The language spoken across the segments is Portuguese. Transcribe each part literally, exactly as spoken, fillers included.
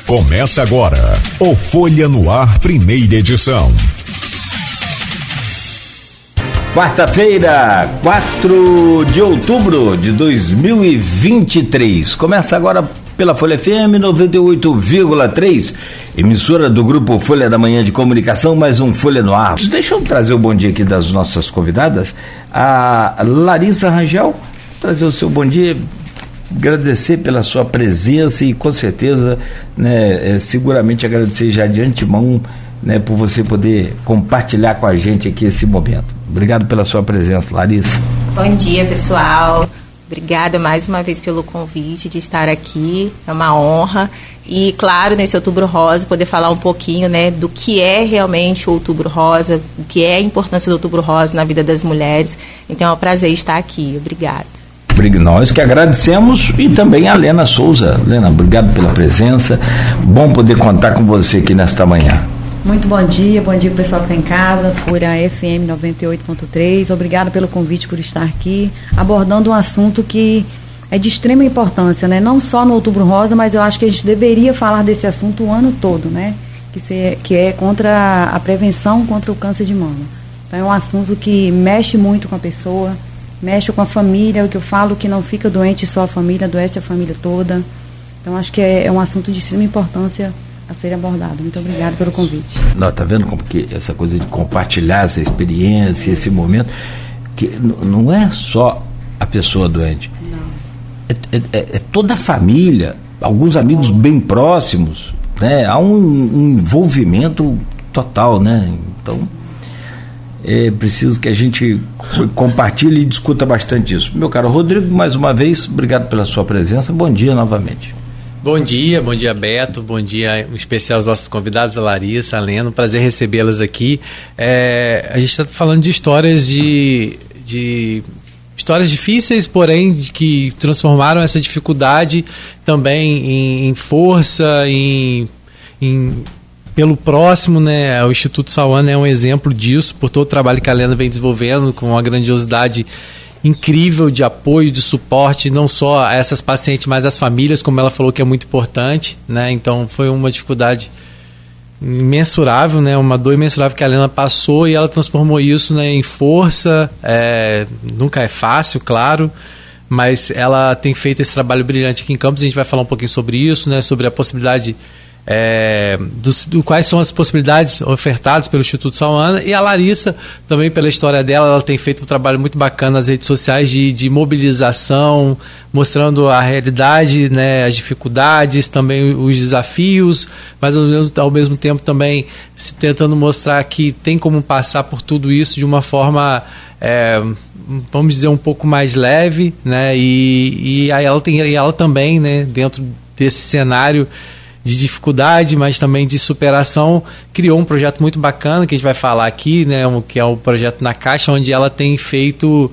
Começa agora o Folha no Ar, primeira edição. Quarta-feira, quatro de outubro de dois mil e vinte e três. Começa agora pela Folha F M noventa e oito vírgula três, emissora do Grupo Folha da Manhã de Comunicação, mais um Folha no Ar. Deixa eu trazer o bom dia aqui das nossas convidadas. A Larissa Rangel, trazer o seu bom dia, agradecer pela sua presença e com certeza, né, é, seguramente agradecer já de antemão, né, por você poder compartilhar com a gente aqui esse momento. Obrigado pela sua presença, Larissa. Bom dia, pessoal. Obrigada mais uma vez pelo convite de estar aqui, é uma honra. E, claro, nesse Outubro Rosa, poder falar um pouquinho, né, do que é realmente o Outubro Rosa, o que é a importância do Outubro Rosa na vida das mulheres. Então é um prazer estar aqui. Obrigada. Nós que agradecemos, e também a Lena Souza. Lena, obrigado pela presença. Bom poder contar com você aqui nesta manhã. Muito bom dia, bom dia pessoal que está em casa, Folha F M noventa e oito ponto três. Obrigada pelo convite por estar aqui, abordando um assunto que é de extrema importância, né? Não só no Outubro Rosa, mas eu acho que a gente deveria falar desse assunto o ano todo, né? Que, se, que é contra a prevenção contra o câncer de mama. Então é um assunto que mexe muito com a pessoa, mexe com a família, o que eu falo que não fica doente só a família, adoece a família toda. Então acho que é, é um assunto de extrema importância a ser abordado. Muito obrigada pelo convite. Não, tá vendo como que essa coisa de compartilhar essa experiência, esse momento, que n- não é só a pessoa doente. Não. É, é, é toda a família, alguns amigos bem próximos, né? Há um, um envolvimento total, né? Então é preciso que a gente compartilhe e discuta bastante isso. Meu caro Rodrigo, mais uma vez, obrigado pela sua presença. Bom dia novamente. Bom dia, bom dia Beto, bom dia em especial aos nossos convidados, a Larissa, a Lena, um prazer recebê-las aqui. É, a gente está falando de histórias de, de histórias difíceis, porém de, que transformaram essa dificuldade também em, em força, em, em pelo próximo, né? O Instituto Sauana é um exemplo disso, por todo o trabalho que a Lena vem desenvolvendo com uma grandiosidade incrível de apoio, de suporte, não só a essas pacientes, mas às famílias, como ela falou que é muito importante, né? Então foi uma dificuldade imensurável, né? Uma dor imensurável que a Lena passou e ela transformou isso, né, em força. É, nunca é fácil, claro, mas ela tem feito esse trabalho brilhante aqui em Campos. A gente vai falar um pouquinho sobre isso, né? Sobre a possibilidade É, do, do, quais são as possibilidades ofertadas pelo Instituto Sauana, e a Larissa também, pela história dela, ela tem feito um trabalho muito bacana nas redes sociais de, de mobilização, mostrando a realidade, né, as dificuldades, também os desafios, mas ao mesmo, ao mesmo tempo também se tentando mostrar que tem como passar por tudo isso de uma forma, é, vamos dizer, um pouco mais leve, né, e, e aí ela, tem, e ela também, né, dentro desse cenário de dificuldade, mas também de superação, criou um projeto muito bacana que a gente vai falar aqui, né, que é o projeto Na Caixa, onde ela tem feito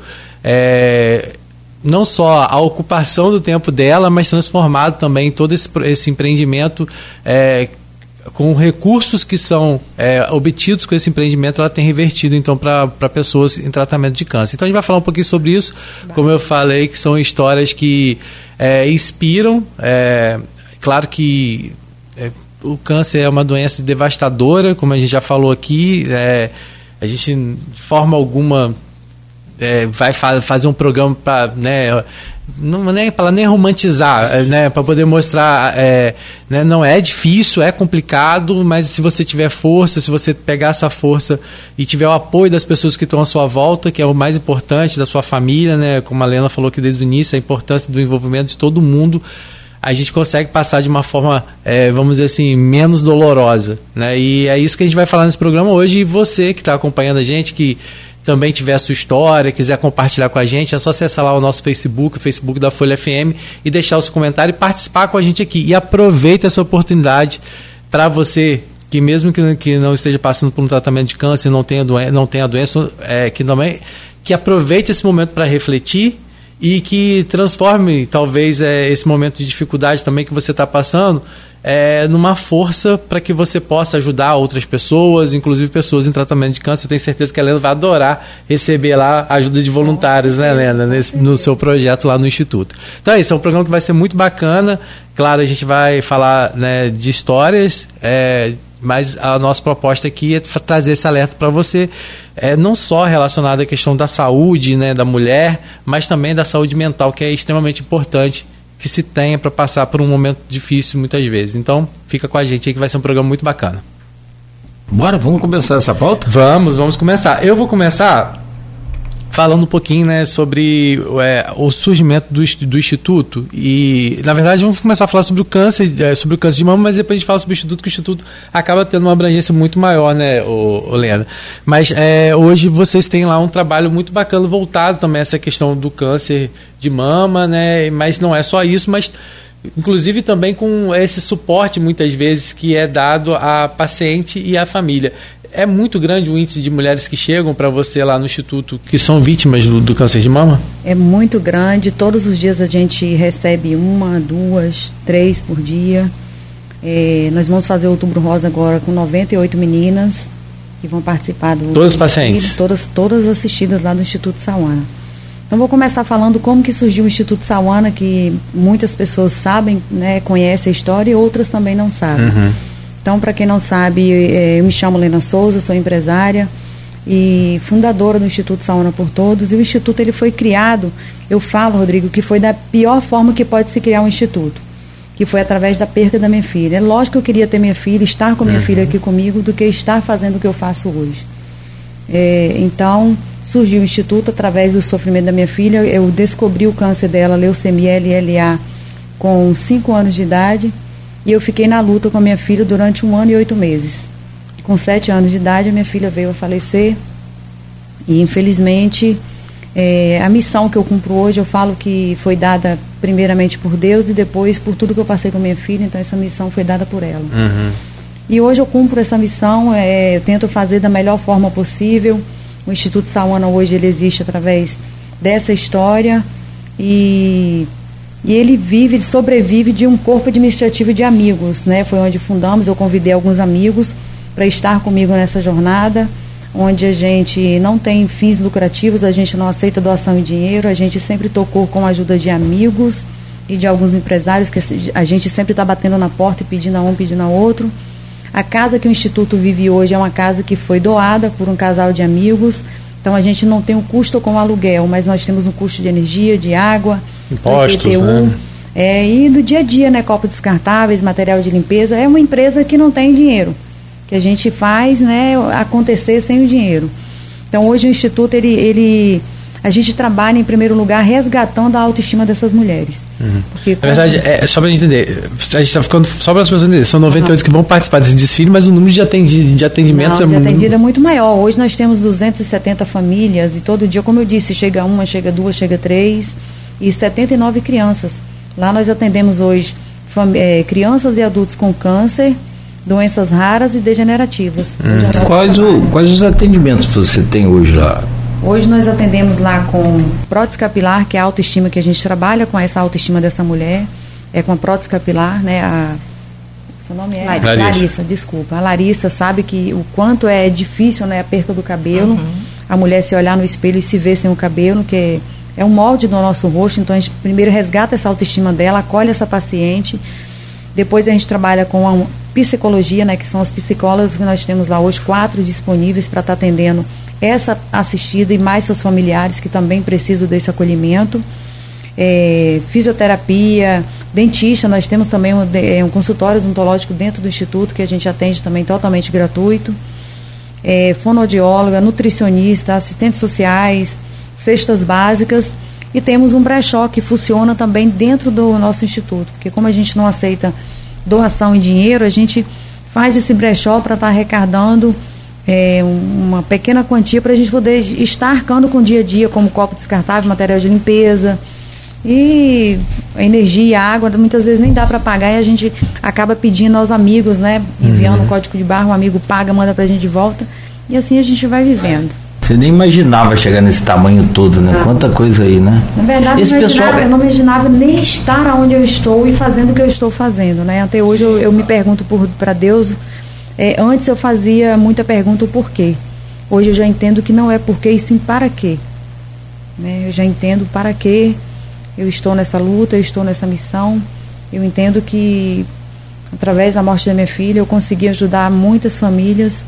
é, não só a ocupação do tempo dela, mas transformado também todo esse, esse empreendimento é, com recursos que são é, obtidos com esse empreendimento, ela tem revertido então para pessoas em tratamento de câncer. Então a gente vai falar um pouquinho sobre isso, como eu falei, que são histórias que é, inspiram. É, claro que é, o câncer é uma doença devastadora, como a gente já falou aqui, é, a gente de forma alguma é, vai fa- fazer um programa para, né, não nem para nem romantizar, né, para poder mostrar, é, né, não é difícil, é complicado, mas se você tiver força, se você pegar essa força e tiver o apoio das pessoas que estão à sua volta, que é o mais importante, da sua família, né, como a Lena falou aqui desde o início, a importância do envolvimento de todo mundo, a gente consegue passar de uma forma, é, vamos dizer assim, menos dolorosa, né? E é isso que a gente vai falar nesse programa hoje. E você que está acompanhando a gente, que também tiver a sua história, quiser compartilhar com a gente, é só acessar lá o nosso Facebook, o Facebook da Folha F M, e deixar o seu comentário e participar com a gente aqui. E aproveita essa oportunidade para você que mesmo que, que não esteja passando por um tratamento de câncer, não tenha, doen- não tenha doença, é, que, também, que aproveite esse momento para refletir e que transforme, talvez, é, esse momento de dificuldade também que você está passando é, numa força para que você possa ajudar outras pessoas, inclusive pessoas em tratamento de câncer. Eu tenho certeza que a Helena vai adorar receber lá a ajuda de voluntários, né, Helena, nesse, no seu projeto lá no Instituto. Então é isso, é um programa que vai ser muito bacana. Claro, a gente vai falar, né, de histórias, é, mas a nossa proposta aqui é trazer esse alerta para você, é, não só relacionado à questão da saúde, né, da mulher, mas também da saúde mental, que é extremamente importante que se tenha para passar por um momento difícil muitas vezes. Então, fica com a gente aí que vai ser um programa muito bacana. Bora, vamos começar essa pauta? Vamos, vamos começar. Eu vou começar falando um pouquinho, né, sobre é, o surgimento do, do Instituto. E, na verdade, vamos começar a falar sobre o câncer, é, sobre o câncer de mama, mas depois a gente fala sobre o Instituto, que o Instituto acaba tendo uma abrangência muito maior, né, ô, ô Lena? Mas é, hoje vocês têm lá um trabalho muito bacana voltado também a essa questão do câncer de mama, né? Mas não é só isso, mas inclusive também com esse suporte muitas vezes que é dado à paciente e à família. É muito grande o índice de mulheres que chegam para você lá no Instituto que são vítimas do, do câncer de mama? É muito grande. Todos os dias a gente recebe uma, duas, três por dia. É, nós vamos fazer o Outubro Rosa agora com noventa e oito meninas que vão participar do... Todas as pacientes? Todas, todas assistidas lá do Instituto Sauana. Então vou começar falando como que surgiu o Instituto Sauana, que muitas pessoas sabem, né, conhecem a história e outras também não sabem. Uhum. Então, para quem não sabe, eu me chamo Lena Souza, sou empresária e fundadora do Instituto Sauana por Todos. E o Instituto ele foi criado, eu falo, Rodrigo, que foi da pior forma que pode se criar um instituto, que foi através da perca da minha filha. É lógico que eu queria ter minha filha, estar com minha uhum. filha aqui comigo, do que estar fazendo o que eu faço hoje. É, então, surgiu o Instituto através do sofrimento da minha filha. Eu descobri o câncer dela, leucemia L L A, com cinco anos de idade. E eu fiquei na luta com a minha filha durante um ano e oito meses. Com sete anos de idade, a minha filha veio a falecer. E, infelizmente, é, a missão que eu cumpro hoje, eu falo que foi dada primeiramente por Deus e depois por tudo que eu passei com a minha filha. Então, essa missão foi dada por ela. Uhum. E hoje eu cumpro essa missão, é, eu tento fazer da melhor forma possível. O Instituto Sauana hoje ele existe através dessa história. E... E ele vive, ele sobrevive de um corpo administrativo de amigos, né? Foi onde fundamos, eu convidei alguns amigos para estar comigo nessa jornada, onde a gente não tem fins lucrativos, a gente não aceita doação em dinheiro, a gente sempre tocou com a ajuda de amigos e de alguns empresários, que a gente sempre está batendo na porta e pedindo a um, pedindo a outro. A casa que o Instituto vive hoje é uma casa que foi doada por um casal de amigos, então a gente não tem um custo com o aluguel, mas nós temos um custo de energia, de água, impostos, I P T U, né? É, e do dia a dia, né, copos descartáveis, material de limpeza. É uma empresa que não tem dinheiro, que a gente faz, né, acontecer sem o dinheiro. Então hoje o Instituto, ele, ele, a gente trabalha em primeiro lugar resgatando a autoestima dessas mulheres. Uhum. Porque, na verdade, é, só para a gente entender, a gente está ficando, só para as pessoas entenderem, são noventa e oito uhum. que vão participar desse desfile, mas o número de, atendi, de atendimentos não, é de muito... atendido é muito maior. Hoje nós temos duzentas e setenta famílias e todo dia, como eu disse, chega uma, chega duas, chega três e setenta e nove crianças. Lá nós atendemos hoje é, crianças e adultos com câncer, doenças raras e degenerativas. Hum. Quais, o, quais os atendimentos você tem hoje lá? Hoje nós atendemos lá com prótese capilar, que é a autoestima, que a gente trabalha com essa autoestima dessa mulher, é com a prótese capilar, né? A, seu nome é? Larissa. Larissa, desculpa. A Larissa sabe que o quanto é difícil, né, a perca do cabelo, uhum. a mulher se olhar no espelho e se ver sem o cabelo, que é um molde do nosso rosto. Então a gente primeiro resgata essa autoestima dela, acolhe essa paciente, depois a gente trabalha com a psicologia, né, que são os psicólogos que nós temos lá hoje, quatro disponíveis para estar tá atendendo essa assistida e mais seus familiares que também precisam desse acolhimento. É, fisioterapia, dentista, nós temos também um, um consultório odontológico dentro do Instituto que a gente atende também totalmente gratuito. É, fonoaudióloga, nutricionista, assistentes sociais, cestas básicas, e temos um brechó que funciona também dentro do nosso instituto, porque como a gente não aceita doação em dinheiro, a gente faz esse brechó para estar tá arrecadando é, uma pequena quantia para a gente poder estar arcando com o dia a dia, como copo descartável, material de limpeza e energia, água, muitas vezes nem dá para pagar e a gente acaba pedindo aos amigos, né, enviando o uhum. um código de barra, o amigo paga, manda para a gente de volta, e assim a gente vai vivendo. Você nem imaginava chegar nesse tamanho todo, né? Ah. Quanta coisa aí, né? Na verdade, Esse eu, pessoal... eu não imaginava nem estar onde eu estou e fazendo o que eu estou fazendo, né? Até hoje eu, eu me pergunto para Deus. É, antes eu fazia muita pergunta o porquê. Hoje eu já entendo que não é porquê e sim para quê. Né? Eu já entendo para quê eu estou nessa luta, eu estou nessa missão. Eu entendo que através da morte da minha filha eu consegui ajudar muitas famílias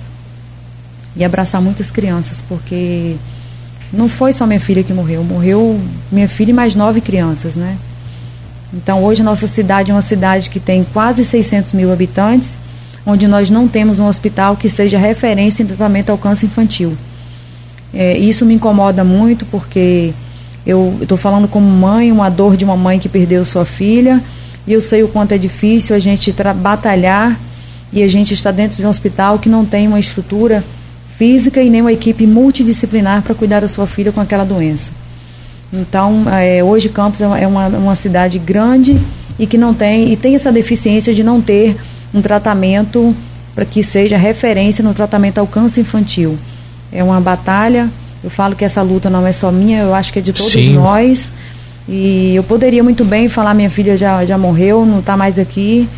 e abraçar muitas crianças, porque não foi só minha filha que morreu, morreu minha filha e mais nove crianças, né? Então hoje nossa cidade é uma cidade que tem quase seiscentos mil habitantes, onde nós não temos um hospital que seja referência em tratamento ao câncer infantil. É, isso me incomoda muito, porque eu estou falando como mãe, uma dor de uma mãe que perdeu sua filha, e eu sei o quanto é difícil a gente batalhar e a gente está dentro de um hospital que não tem uma estrutura física e nem uma equipe multidisciplinar para cuidar da sua filha com aquela doença. Então, é, hoje Campos é uma, uma cidade grande e que não tem, e tem essa deficiência de não ter um tratamento para que seja referência no tratamento ao câncer infantil. É uma batalha, eu falo que essa luta não é só minha, eu acho que é de todos Sim. nós. E eu poderia muito bem falar, minha filha já, já morreu, não está mais aqui,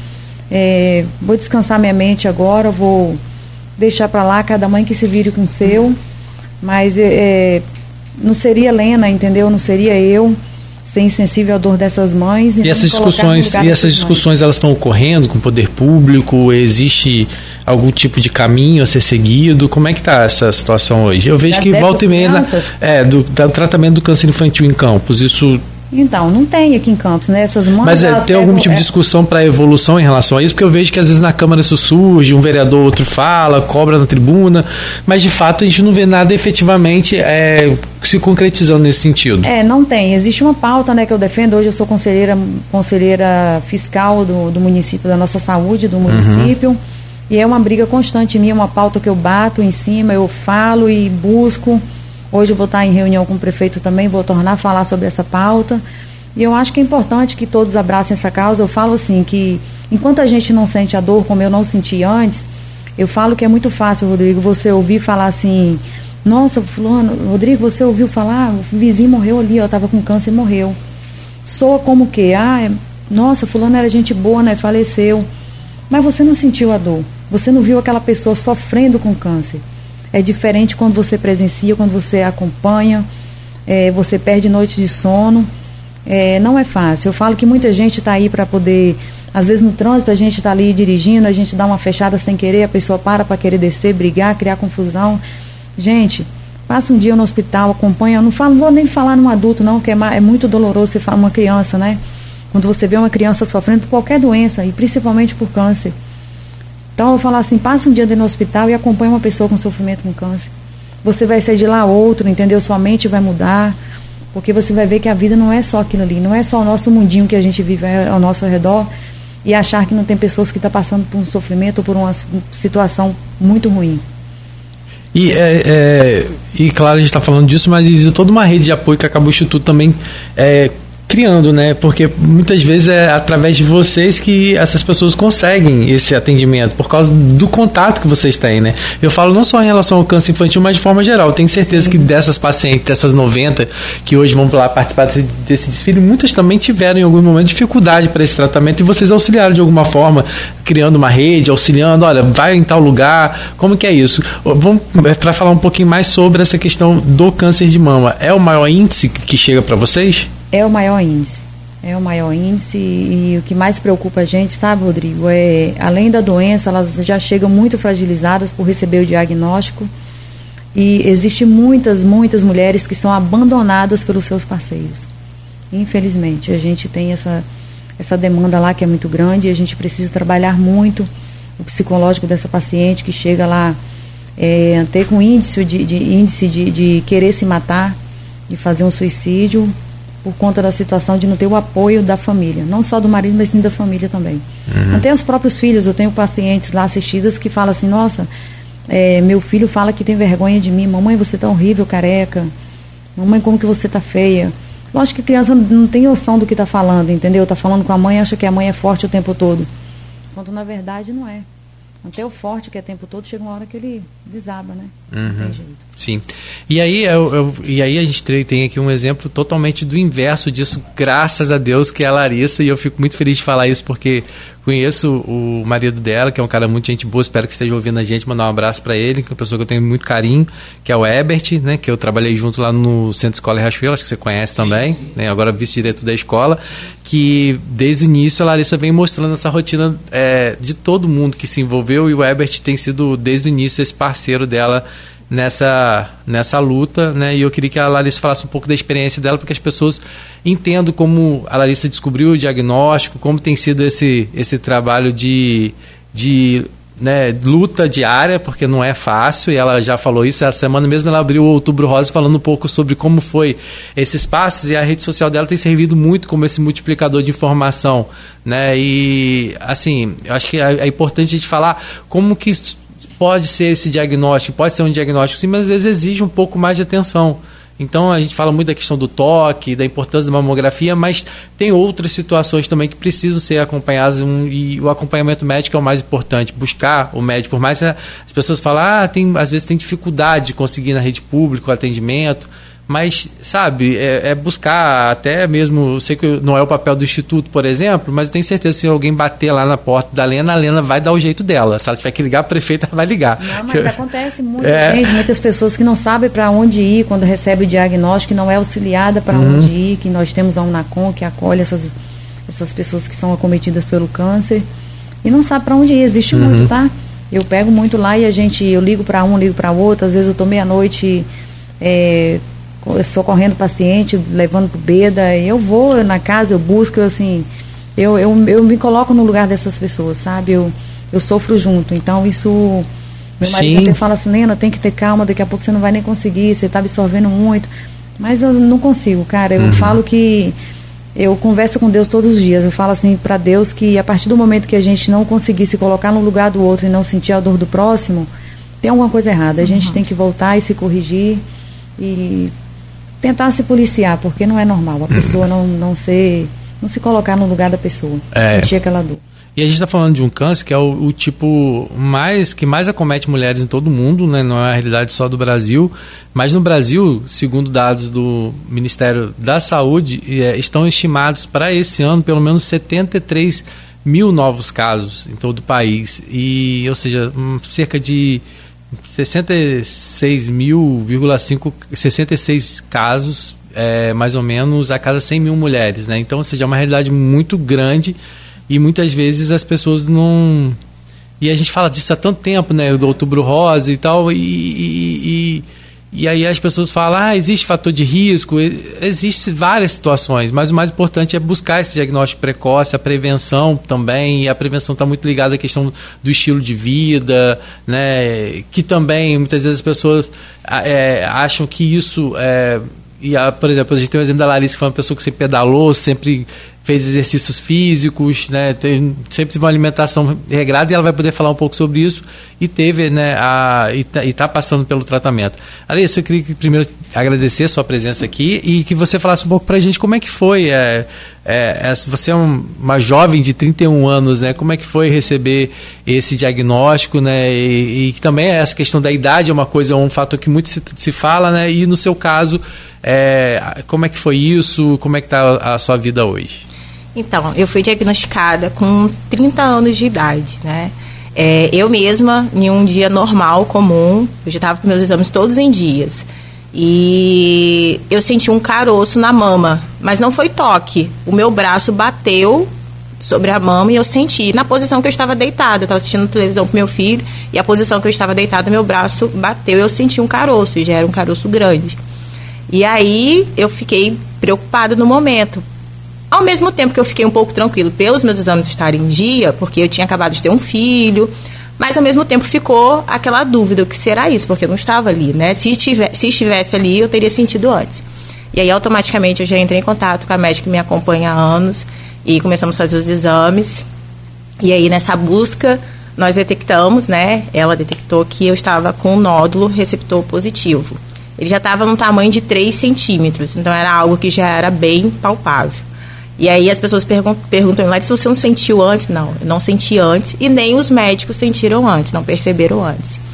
é, vou descansar minha mente agora, vou deixar para lá, cada mãe que se vire com o seu, mas é, não seria Helena, entendeu? Não seria eu ser insensível à dor dessas mães. E essas discussões, e essas discussões mães. Elas estão ocorrendo com o poder público? Existe algum tipo de caminho a ser seguido? Como é que está essa situação hoje? Eu vejo que volta e meia é, do, do tratamento do câncer infantil em Campos, isso... Então, não tem aqui em Campos, né? Essas mães, mas é, tem pegam, algum tipo de discussão para evolução em relação a isso? Porque eu vejo que às vezes na Câmara isso surge, um vereador outro fala, cobra na tribuna, mas de fato a gente não vê nada efetivamente é, se concretizando nesse sentido. É, não tem. Existe uma pauta, né, que eu defendo. Hoje eu sou conselheira, conselheira fiscal do, do município, da nossa saúde do município, uhum. e é uma briga constante minha, uma pauta que eu bato em cima, eu falo e busco. Hoje eu vou estar em reunião com o prefeito também, vou tornar a falar sobre essa pauta. E eu acho que é importante que todos abracem essa causa. Eu falo assim, que enquanto a gente não sente a dor como eu não senti antes, eu falo que é muito fácil, Rodrigo, você ouvir falar assim, nossa, fulano, Rodrigo, você ouviu falar, o vizinho morreu ali, ó, estava com câncer e morreu. Soa como que, ah, é, nossa, fulano era gente boa, né, faleceu. Mas você não sentiu a dor, você não viu aquela pessoa sofrendo com câncer. É diferente quando você presencia, quando você acompanha, é, você perde noites de sono, é, não é fácil. Eu falo que muita gente está aí para poder, às vezes no trânsito a gente está ali dirigindo, a gente dá uma fechada sem querer, a pessoa para para querer descer, brigar, criar confusão. Gente, passa um dia no hospital, acompanha, eu não falo, vou nem falar num adulto não, que é, é muito doloroso você falar uma criança, né? Quando você vê uma criança sofrendo por qualquer doença, e principalmente por câncer. Então eu falo assim, passa um dia dentro do hospital e acompanha uma pessoa com sofrimento com câncer. Você vai sair de lá outro, entendeu? Sua mente vai mudar, porque você vai ver que a vida não é só aquilo ali, não é só o nosso mundinho que a gente vive ao nosso redor e achar que não tem pessoas que estão passando por um sofrimento ou por uma situação muito ruim. E, é, é, e claro, a gente está falando disso, mas existe toda uma rede de apoio que acaba o Instituto também é, criando, né? Porque muitas vezes é através de vocês que essas pessoas conseguem esse atendimento, por causa do contato que vocês têm, né? Eu falo não só em relação ao câncer infantil, mas de forma geral. Eu tenho certeza Sim. que dessas pacientes, dessas noventa que hoje vão lá participar desse desfile, muitas também tiveram em algum momento dificuldade para esse tratamento e vocês auxiliaram de alguma forma, criando uma rede, auxiliando, olha, vai em tal lugar, como que é isso? Vamos para falar um pouquinho mais sobre essa questão do câncer de mama. É o maior índice que chega para vocês? É o maior índice, é o maior índice e, e o que mais preocupa a gente, sabe, Rodrigo, é, além da doença, elas já chegam muito fragilizadas por receber o diagnóstico e existe muitas, muitas mulheres que são abandonadas pelos seus parceiros. Infelizmente, a gente tem essa, essa demanda lá que é muito grande e a gente precisa trabalhar muito o psicológico dessa paciente que chega lá é, até com índice, de, de, índice de, de querer se matar, de fazer um suicídio, por conta da situação de não ter o apoio da família, não só do marido, mas sim da família também. Uhum. Até os próprios filhos, eu tenho pacientes lá assistidas que falam assim, nossa, é, meu filho fala que tem vergonha de mim, mamãe, você tá horrível, careca, mamãe, como que você tá feia. Lógico que a criança não tem noção do que tá falando, entendeu? Tá falando com a mãe, acha que a mãe é forte o tempo todo, quando na verdade não é. Até o forte que é o tempo todo, chega uma hora que ele desaba, né? Uhum. Não tem jeito. Sim. E aí, eu, eu, e aí a gente tem aqui um exemplo totalmente do inverso disso, graças a Deus, que é a Larissa, e eu fico muito feliz de falar isso, porque conheço o marido dela, que é um cara muito gente boa, espero que esteja ouvindo a gente, mandar um abraço para ele, que é uma pessoa que eu tenho muito carinho, que é o Ebert, né, que eu trabalhei junto lá no Centro Escola Riachuelo, acho que você conhece também, né, agora vice-diretor da escola, que desde o início a Larissa vem mostrando essa rotina é, de todo mundo que se envolveu, e o Ebert tem sido desde o início esse parceiro dela nessa, nessa luta, né? E eu queria que a Larissa falasse um pouco da experiência dela, porque as pessoas entendam como a Larissa descobriu o diagnóstico, como tem sido esse, esse trabalho de, de né, luta diária, porque não é fácil, e ela já falou isso, essa semana mesmo ela abriu o Outubro Rosa falando um pouco sobre como foi esses passos, e a rede social dela tem servido muito como esse multiplicador de informação, né? E assim, eu acho que é, é importante a gente falar como que pode ser esse diagnóstico, pode ser um diagnóstico sim, mas às vezes exige um pouco mais de atenção. Então a gente fala muito da questão do toque, da importância da mamografia, mas tem outras situações também que precisam ser acompanhadas, um, e o acompanhamento médico é o mais importante, buscar o médico, por mais que as pessoas falam, ah, tem, às vezes tem dificuldade de conseguir na rede pública o atendimento, mas, sabe, é, é buscar até mesmo, eu sei que não é o papel do Instituto, por exemplo, mas eu tenho certeza que se alguém bater lá na porta da Lena, a Lena vai dar o jeito dela. Se ela tiver que ligar, a prefeita vai ligar. Não, mas acontece muita é. gente, muitas pessoas que não sabem para onde ir quando recebe o diagnóstico, que não é auxiliada para uhum. onde ir, que nós temos a Unacom que acolhe essas, essas pessoas que são acometidas pelo câncer, e não sabe para onde ir. Existe uhum. muito, tá? Eu pego muito lá e a gente, eu ligo para um, ligo para outro, às vezes eu tô meia-noite é, socorrendo o paciente, levando pro Beda, eu vou na casa, eu busco, eu, assim, eu, eu, eu me coloco no lugar dessas pessoas, sabe? Eu, eu sofro junto, então isso, meu marido Sim. até fala assim, Lena, tem que ter calma, daqui a pouco você não vai nem conseguir, você tá absorvendo muito, mas eu não consigo, cara, eu uhum. falo que eu converso com Deus todos os dias, eu falo assim para Deus que a partir do momento que a gente não conseguir se colocar no lugar do outro e não sentir a dor do próximo, tem alguma coisa errada, a gente uhum. tem que voltar e se corrigir e tentar se policiar, porque não é normal a pessoa não, não, ser, não se colocar no lugar da pessoa, é. sentir aquela dor. E a gente está falando de um câncer que é o, o tipo mais, que mais acomete mulheres em todo o mundo, né? Não é a realidade só do Brasil, mas no Brasil, segundo dados do Ministério da Saúde, é, estão estimados para esse ano pelo menos setenta e três mil novos casos em todo o país, e, ou seja, um, cerca de sessenta e seis mil, sessenta e seis casos, é, mais ou menos, a cada cem mil mulheres, né? Então, ou seja, é uma realidade muito grande e muitas vezes as pessoas não... E a gente fala disso há tanto tempo, né? Do Outubro Rosa e tal, e, e, e, e aí as pessoas falam, ah, existe fator de risco, existem várias situações, mas o mais importante é buscar esse diagnóstico precoce, a prevenção também, e a prevenção está muito ligada à questão do estilo de vida, né, que também muitas vezes as pessoas é, acham que isso, é, e a, por exemplo, a gente tem o exemplo da Larissa, que foi uma pessoa que sempre pedalou, sempre fez exercícios físicos, né, tem, sempre teve uma alimentação regrada, e ela vai poder falar um pouco sobre isso, e teve, né, a, e está tá passando pelo tratamento. Larissa, eu queria que, primeiro agradecer a sua presença aqui e que você falasse um pouco pra gente como é que foi, é, é, é, você é um, uma jovem de trinta e um anos, né, como é que foi receber esse diagnóstico, né, e, e também essa questão da idade é uma coisa, é um fator que muito se, se fala, né, e no seu caso, é, como é que foi isso, como é que está a, a sua vida hoje? Então, eu fui diagnosticada com trinta anos de idade, né? É, eu mesma, em um dia normal, comum, eu já estava com meus exames todos em dias. E eu senti um caroço na mama, mas não foi toque. O meu braço bateu sobre a mama e eu senti, na posição que eu estava deitada. Eu estava assistindo televisão com meu filho e a posição que eu estava deitada, meu braço bateu e eu senti um caroço, e já era um caroço grande. E aí eu fiquei preocupada no momento. Ao mesmo tempo que eu fiquei um pouco tranquilo pelos meus exames estarem em dia, porque eu tinha acabado de ter um filho, mas ao mesmo tempo ficou aquela dúvida, o que será isso? Porque eu não estava ali, né? Se, estiver, se estivesse ali, eu teria sentido antes. E aí, automaticamente, eu já entrei em contato com a médica que me acompanha há anos e começamos a fazer os exames. E aí, nessa busca, nós detectamos, né? Ela detectou que eu estava com um nódulo receptor positivo. Ele já estava num tamanho de três centímetros, então era algo que já era bem palpável. E aí as pessoas pergun- perguntam lá se você não sentiu antes. Não, eu não senti antes e nem os médicos sentiram antes, não perceberam antes.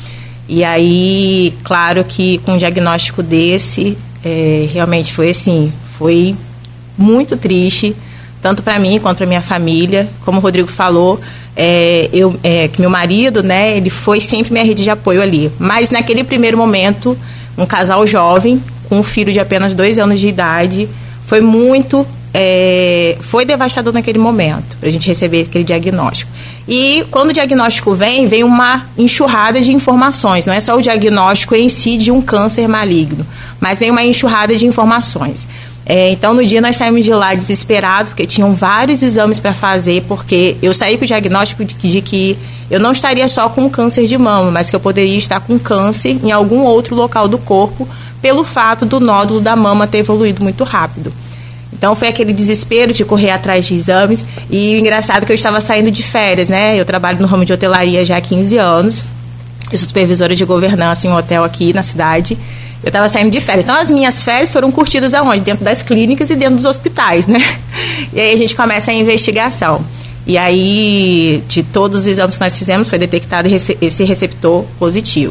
E aí, claro que com um diagnóstico desse, é, realmente foi assim, foi muito triste, tanto para mim quanto para minha família. Como o Rodrigo falou, é, eu, é, que meu marido, né, ele foi sempre minha rede de apoio ali. Mas naquele primeiro momento, um casal jovem, com um filho de apenas dois anos de idade, foi muito... É, foi devastador naquele momento, para a gente receber aquele diagnóstico. E quando o diagnóstico vem, vem uma enxurrada de informações. Não é só o diagnóstico em si de um câncer maligno, mas vem uma enxurrada de informações. É, então, no dia nós saímos de lá desesperados, porque tinham vários exames para fazer, porque eu saí com o diagnóstico de, de que eu não estaria só com câncer de mama, mas que eu poderia estar com câncer em algum outro local do corpo, pelo fato do nódulo da mama ter evoluído muito rápido. Então foi aquele desespero de correr atrás de exames. E o engraçado é que eu estava saindo de férias, né? Eu trabalho no ramo de hotelaria já há quinze anos. Eu sou supervisora de governança em um hotel aqui na cidade. Eu estava saindo de férias. Então as minhas férias foram curtidas aonde? Dentro das clínicas e dentro dos hospitais, né? E aí a gente começa a investigação. E aí, de todos os exames que nós fizemos, foi detectado esse receptor positivo.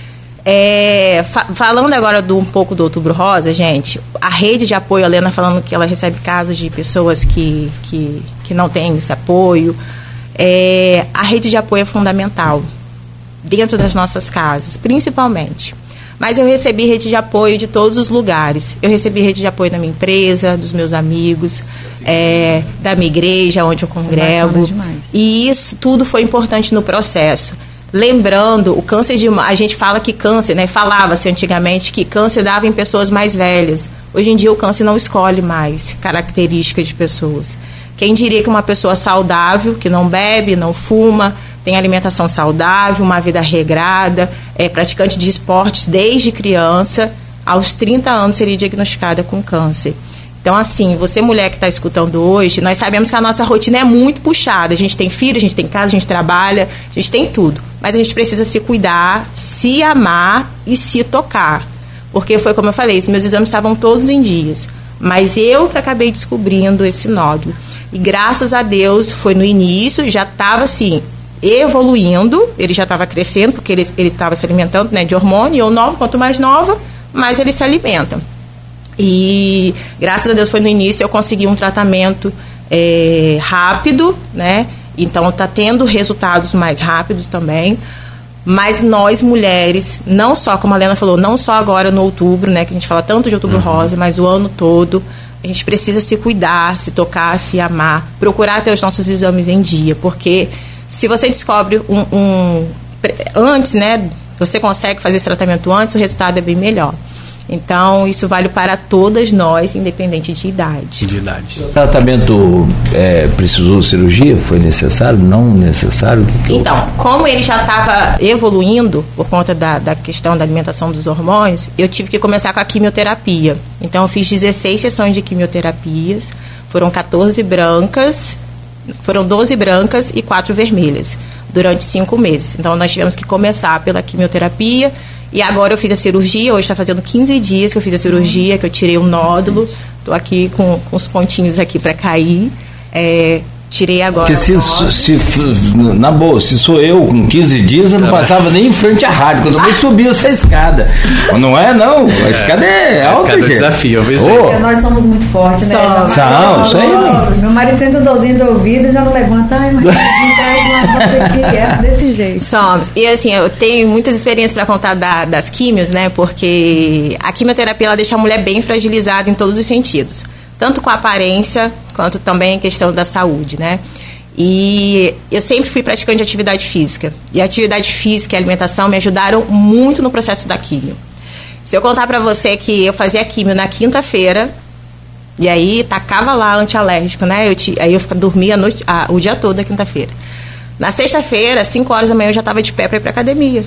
É, fa- falando agora do, um pouco do Outubro Rosa, gente, a rede de apoio, a Lena falando que ela recebe casos de pessoas que, que, que não têm esse apoio, é, a rede de apoio é fundamental dentro das nossas casas, principalmente. Mas eu recebi rede de apoio de todos os lugares. Eu recebi rede de apoio da minha empresa, dos meus amigos, é, da minha igreja, onde eu congrego. E isso tudo foi importante no processo. Lembrando, o câncer de mama, a gente fala que câncer, né? Falava-se antigamente que câncer dava em pessoas mais velhas. Hoje em dia o câncer não escolhe mais características de pessoas. Quem diria que uma pessoa saudável, que não bebe, não fuma, tem alimentação saudável, uma vida regrada, é praticante de esportes desde criança, aos trinta anos seria diagnosticada com câncer. Então, assim, você mulher que está escutando hoje, nós sabemos que a nossa rotina é muito puxada. A gente tem filho, a gente tem casa, a gente trabalha, a gente tem tudo. Mas a gente precisa se cuidar, se amar e se tocar. Porque foi como eu falei, os meus exames estavam todos em dias. Mas eu que acabei descobrindo esse nódulo. E graças a Deus, foi no início, já estava assim, evoluindo, ele já estava crescendo, porque ele estava se alimentando, né, de hormônio, e eu nova, quanto mais nova, mais ele se alimenta. E graças a Deus foi no início, eu consegui um tratamento é, rápido, né? Então está tendo resultados mais rápidos também. Mas nós mulheres, não só, como a Lena falou, não só agora no outubro, né? Que a gente fala tanto de Outubro Rosa, mas o ano todo, a gente precisa se cuidar, se tocar, se amar, procurar ter os nossos exames em dia, porque se você descobre um, um antes, né? Você consegue fazer esse tratamento antes, o resultado é bem melhor. Então, isso vale para todas nós, independente de idade. De idade. O tratamento é, precisou de cirurgia? Foi necessário? Não necessário? Que que então, eu... como ele já estava evoluindo por conta da, da questão da alimentação dos hormônios, eu tive que começar com a quimioterapia. Então, eu fiz dezesseis sessões de quimioterapias, foram quatorze brancas, foram doze brancas e quatro vermelhas, durante cinco meses. Então, nós tivemos que começar pela quimioterapia. E agora eu fiz a cirurgia, hoje está fazendo quinze dias que eu fiz a cirurgia, que eu tirei um nódulo, estou aqui com, com os pontinhos aqui para cair, é, tirei agora. Porque se, se, na boa, se sou eu com quinze dias, eu não passava nem em frente à rádio, quando eu vou subir essa escada. Não é, não, a escada é alta, gente. É desafio, oh. Nós somos muito fortes, né? Não, isso aí não. Meu marido sente um dorzinho do ouvido e já não levanta, ai, mas é desse jeito. Somos. E assim, eu tenho muitas experiências para contar da, das químios, né? Porque a quimioterapia, ela deixa a mulher bem fragilizada em todos os sentidos. Tanto com a aparência, quanto também em questão da saúde, né? E eu sempre fui praticante de atividade física. E a atividade física e a alimentação me ajudaram muito no processo da químio. Se eu contar pra você que eu fazia químio na quinta-feira, e aí tacava lá antialérgico, né? Eu te, aí eu dormia a noite, a, o dia todo da quinta-feira. Na sexta-feira, cinco horas da manhã, eu já estava de pé para ir pra academia.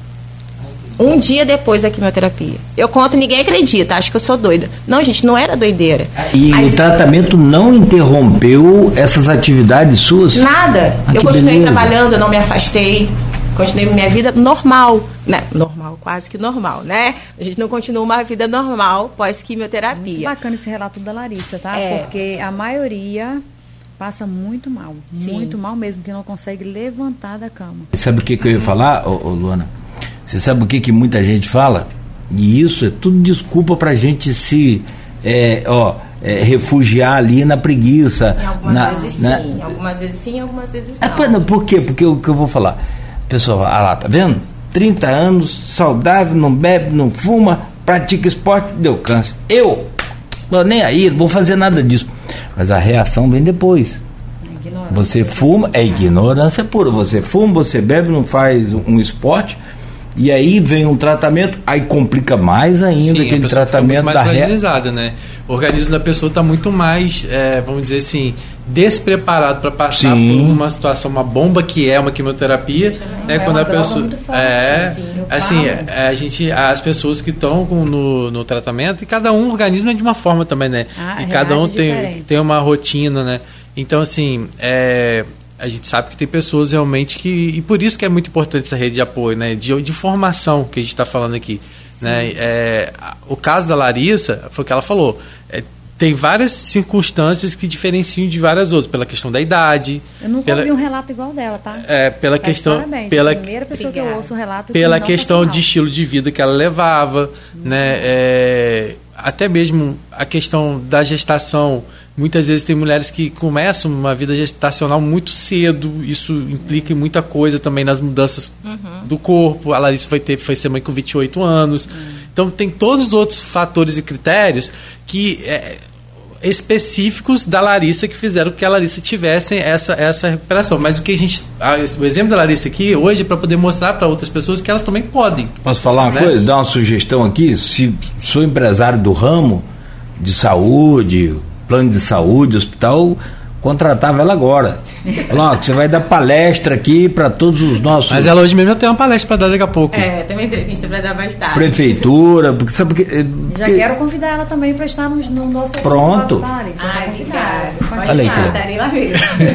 Um dia depois da quimioterapia. Eu conto e ninguém acredita, acho que eu sou doida. Não, gente, não era doideira. E mas... o tratamento não interrompeu essas atividades suas? Nada. Ah, eu continuei beleza. trabalhando, eu não me afastei. Continuei minha vida normal, né? Normal, quase que normal, né? A gente não continua uma vida normal pós-quimioterapia. Muito bacana esse relato da Larissa, tá? É. Porque a maioria passa muito mal. Sim. Muito mal mesmo, que não consegue levantar da cama. Sabe o que, que eu ia falar, ô, ô, Luana? Você sabe o que que muita gente fala? E isso é tudo desculpa pra gente se é, ó, é, refugiar ali na preguiça. Em algumas na, vezes na... sim, algumas vezes sim, algumas vezes não. Ah, não, por quê? Porque o que eu vou falar? A pessoa, ah lá, tá vendo? trinta anos, saudável, não bebe, não fuma, pratica esporte, deu câncer. Eu, tô nem aí, não vou fazer nada disso. Mas a reação vem depois. Você fuma, é ignorância pura. Você fuma, você bebe, não faz um esporte, e aí vem um tratamento, aí complica mais ainda. Sim, aquele tratamento mais da fragilizada, né? O organismo da pessoa está muito mais, é, vamos dizer assim, despreparado para passar Sim. por uma situação, uma bomba que é uma quimioterapia, né? É quando a pessoa forte, é assim, é, a gente, as pessoas que estão no, no tratamento, e cada um organismo é de uma forma também, né? Ah, e cada um tem, tem uma rotina, né? Então, assim, é, a gente sabe que tem pessoas realmente que... E por isso que é muito importante essa rede de apoio, né? De, de formação que a gente está falando aqui. Né? É, o caso da Larissa, foi o que ela falou. É, tem várias circunstâncias que diferenciam de várias outras. Pela questão da idade... Eu nunca pela, ouvi um relato igual dela, tá? É, pela Mas questão... Parabéns. Pela, a primeira pessoa Obrigada. que eu ouço um relato... Pela que questão de estilo de vida que ela levava, hum. né? É, até mesmo a questão da gestação... Muitas vezes tem mulheres que começam uma vida gestacional muito cedo, isso implica em muita coisa também nas mudanças uhum. do corpo. A Larissa foi, ter, foi ser mãe com vinte e oito anos. Uhum. Então tem todos os outros fatores e critérios que, é, específicos da Larissa que fizeram que a Larissa tivesse essa, essa recuperação. Mas o que a gente. A, o exemplo da Larissa aqui hoje é para poder mostrar para outras pessoas que elas também podem. Posso falar uma né? coisa? Dar uma sugestão aqui? Se sou empresário do ramo de saúde, plano de saúde, hospital, contratava ela agora. Falou, você vai dar palestra aqui para todos os nossos... Mas ela hoje mesmo tem uma palestra para dar daqui a pouco. É, tem uma entrevista para dar mais tarde. Prefeitura, porque sabe porque, porque... Já quero convidar ela também para estar no, no nosso... Pronto. Ai, obrigada. Olha aí, estarei lá mesmo.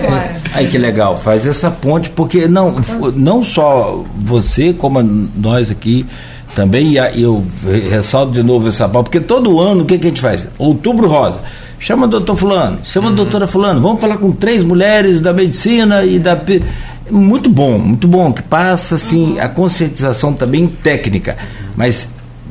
Aí que legal, faz essa ponte, porque não, não só você, como nós aqui também, e eu ressalto de novo essa pauta, porque todo ano o que, que a gente faz? Outubro Rosa. Chama o doutor fulano, chama uhum. a doutora fulano, vamos falar com três mulheres da medicina e da... Muito bom, muito bom, que passa assim, uhum. a conscientização também técnica, mas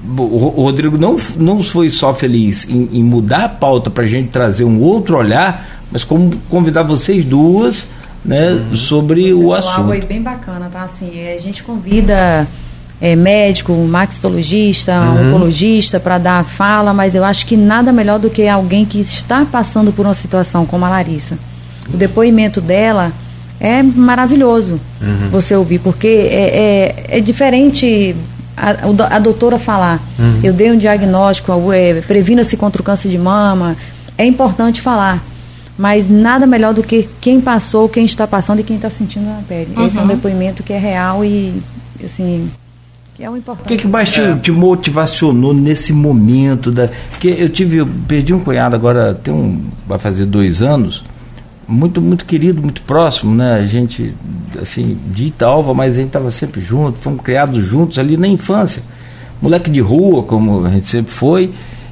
o Rodrigo não, não foi só feliz em, em mudar a pauta para a gente trazer um outro olhar, mas como convidar vocês duas, né, uhum. sobre Você o assunto. Algo aí bem bacana, tá? Assim, a gente convida... É, médico, maxilologista, uhum. oncologista para dar a fala, mas eu acho que nada melhor do que alguém que está passando por uma situação como a Larissa. O depoimento dela é maravilhoso uhum. você ouvir, porque é, é, é diferente a, a doutora falar, uhum. eu dei um diagnóstico, é, previna-se contra o câncer de mama, é importante falar, mas nada melhor do que quem passou, quem está passando e quem está sentindo na pele. Uhum. Esse é um depoimento que é real e assim... que é o importante. O que, que mais te, é. te motivacionou nesse momento? Da, porque eu tive, eu perdi um cunhado agora, tem um, vai fazer dois anos, muito, muito querido, muito próximo, né? A gente, assim, de Itaúva, mas a gente estava sempre junto, fomos criados juntos ali na infância. Moleque de rua, como a gente sempre foi,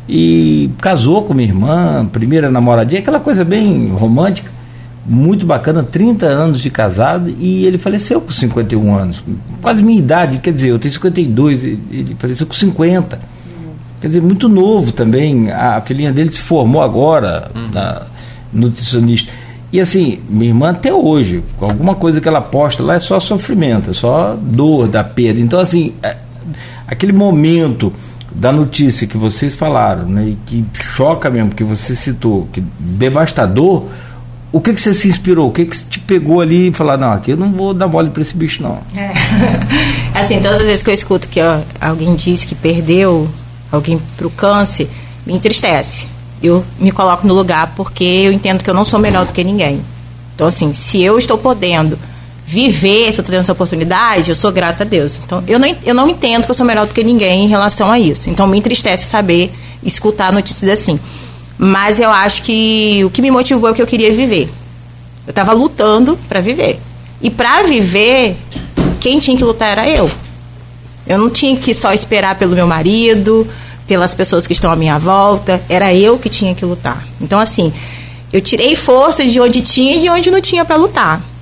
e casou com minha irmã, primeira namoradinha, aquela coisa bem romântica. Muito bacana, trinta anos de casado, e ele faleceu com cinquenta e um anos, quase minha idade, quer dizer, eu tenho cinquenta e dois, ele faleceu com cinquenta, quer dizer, muito novo também. A filhinha dele se formou agora, uhum. na nutricionista, e assim, minha irmã até hoje, com alguma coisa que ela posta lá é só sofrimento, é só dor da perda. Então assim, é, aquele momento da notícia que vocês falaram, né, e que choca mesmo, que você citou, que devastador. O que que você se inspirou? O que que te pegou ali e falar, não, aqui eu não vou dar mole para esse bicho, não? É. Assim, todas as vezes que eu escuto que ó, alguém diz que perdeu alguém para o câncer, me entristece. Eu me coloco no lugar porque eu entendo que eu não sou melhor do que ninguém. Então, assim, se eu estou podendo viver, se eu estou tendo essa oportunidade, eu sou grata a Deus. Então, eu não, eu não entendo que eu sou melhor do que ninguém em relação a isso. Então, me entristece saber, escutar notícias assim. Mas eu acho que o que me motivou é o que eu queria viver. Eu estava lutando para viver. E para viver, quem tinha que lutar era eu. Eu não tinha que só esperar pelo meu marido, pelas pessoas que estão à minha volta. Era eu que tinha que lutar. Então, assim, eu tirei força de onde tinha e de onde não tinha para lutar.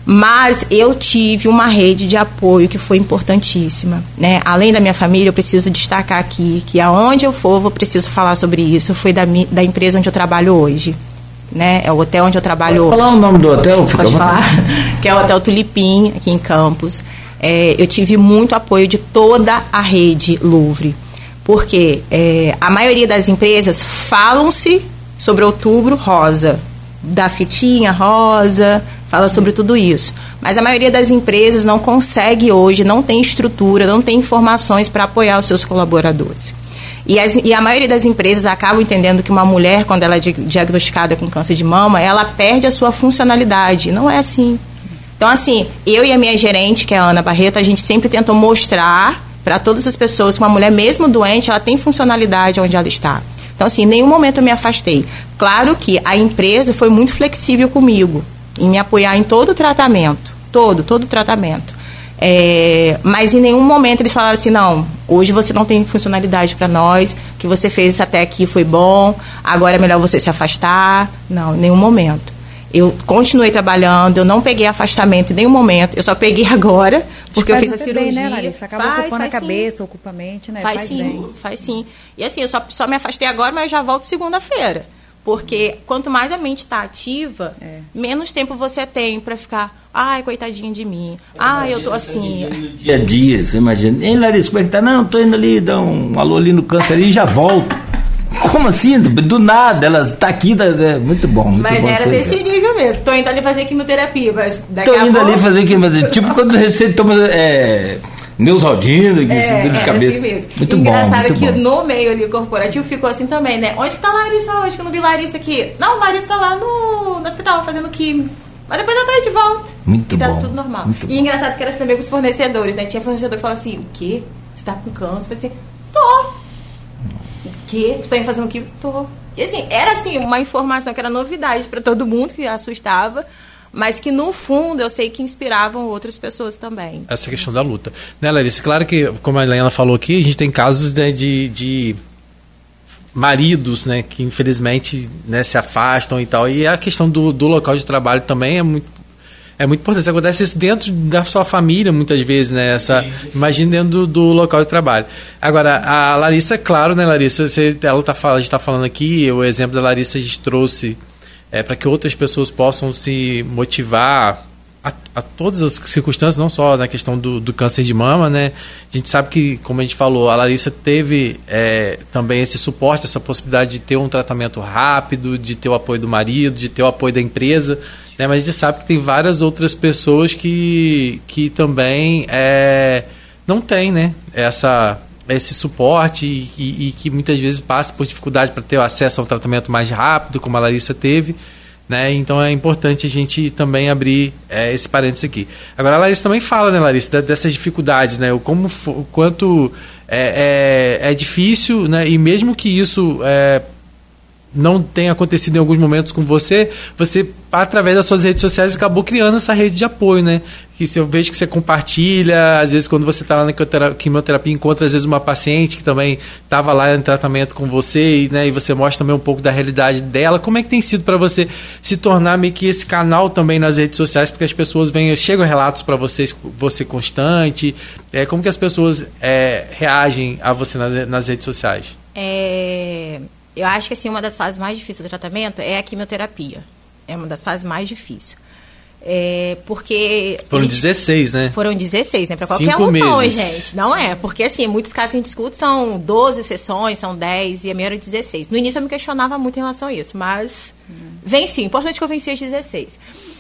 Mas eu tive uma rede de apoio que foi importantíssima, né? Além da minha família, eu preciso destacar aqui que aonde eu for, eu preciso falar sobre isso. Foi da, da empresa onde eu trabalho hoje, né? É o hotel onde eu trabalho Pode hoje. falar o nome do hotel? Pode falar. Que é o Hotel Tulipim, aqui em Campos. É, eu tive muito apoio de toda a rede Louvre, porque é, a maioria das empresas falam-se sobre Outubro Rosa, da fitinha rosa, fala sobre tudo isso. Mas a maioria das empresas não consegue hoje, não tem estrutura, não tem informações para apoiar os seus colaboradores. E, as, e a maioria das empresas acabam entendendo que uma mulher, quando ela é diagnosticada com câncer de mama, ela perde a sua funcionalidade. Não é assim. Então, assim, eu e a minha gerente, que é a Ana Barreto, a gente sempre tentou mostrar para todas as pessoas que uma mulher, mesmo doente, ela tem funcionalidade onde ela está. Então, assim, em nenhum momento eu me afastei. Claro que a empresa foi muito flexível comigo, em me apoiar em todo o tratamento, todo, todo o tratamento. É, mas em nenhum momento eles falaram assim, não, hoje você não tem funcionalidade para nós, o que você fez até aqui foi bom, agora é melhor você se afastar. Não, em nenhum momento. Eu continuei trabalhando, eu não peguei afastamento em nenhum momento, eu só peguei agora, porque eu fiz a cirurgia. Bem, né, Larissa? Acaba faz, ocupando faz a cabeça, sim. ocupa a mente, né? Faz, faz sim, bem. faz sim. E assim, eu só, só me afastei agora, mas eu já volto segunda-feira. Porque quanto mais a mente está ativa, é. menos tempo você tem para ficar, ai, coitadinha de mim, ai, eu tô assim. Dia a dia, você imagina. Ei, Larissa, como é que tá? Não, tô indo ali, dar um alô ali no câncer ali e já volto. Como assim? Do, do nada, ela tá aqui, da, da, muito bom. Muito mas bom era vocês, desse nível mesmo. Tô indo ali fazer quimioterapia, mas daqui Tô a indo pouco... ali fazer quimioterapia. Tipo quando você toma é, Neusaldina, que é, dor de é cabeça. assim mesmo. Muito Engraçado bom. Engraçado que bom. no meio ali corporativo ficou assim também, né? Onde que tá a Larissa hoje? Que eu não vi Larissa aqui. Não, Larissa tá lá no, no hospital fazendo químio. Mas depois ela tá aí de volta. Muito e tá bom. tudo normal. Muito e bom. engraçado que era também com os fornecedores, né? Tinha fornecedor que falava assim, o quê? Você tá com câncer? Eu falei assim, tô. O quê? Você tá indo fazendo químio? Tô. E assim, era assim, uma informação que era novidade para todo mundo, que assustava, mas que no fundo eu sei que inspiravam outras pessoas também. Essa questão da luta. Né, Larissa? Claro que, como a Helena falou aqui, a gente tem casos, né, de, de maridos, né, que infelizmente, né, se afastam e tal. E a questão do, do local de trabalho também é muito É muito importante. Acontece isso dentro da sua família, muitas vezes, né? Essa, imagina dentro do, do local de trabalho. Agora, a Larissa, claro, né, Larissa? Você, ela tá, a gente está falando aqui, o exemplo da Larissa a gente trouxe é, para que outras pessoas possam se motivar a, a todas as circunstâncias, não só na questão do, do câncer de mama, né? A gente sabe que, como a gente falou, a Larissa teve é, também esse suporte, essa possibilidade de ter um tratamento rápido, de ter o apoio do marido, de ter o apoio da empresa. Né, mas a gente sabe que tem várias outras pessoas que, que também é, não têm, né, essa, esse suporte e, e, e que muitas vezes passam por dificuldade para ter acesso a um tratamento mais rápido, como a Larissa teve. Né, então é importante a gente também abrir é, esse parênteses aqui. Agora a Larissa também fala, né, Larissa, dessas dificuldades, né, o, como, o quanto é, é, é difícil, né, e mesmo que isso é, não tenha acontecido em alguns momentos com você, você, através das suas redes sociais, acabou criando essa rede de apoio, né? Que eu vejo que você compartilha, às vezes quando você está lá na quimioterapia, encontra às vezes uma paciente que também estava lá em tratamento com você, e, né, e você mostra também um pouco da realidade dela. Como é que tem sido para você se tornar meio que esse canal também nas redes sociais, porque as pessoas vêm, chegam relatos para vocês, você constante, é, como que as pessoas é, reagem a você nas, nas redes sociais? É... Eu acho que assim, uma das fases mais difíceis do tratamento é a quimioterapia. É uma das fases mais difíceis. É, porque... Foram gente, dezesseis, né? Foram dezesseis, né? Para qualquer Cinco um meses. não, gente. Não é. Porque, assim, muitos casos que a gente discute são doze sessões, são dez, e a minha era dezesseis. No início eu me questionava muito em relação a isso, mas hum. venci. O importante é que eu venci as dezesseis.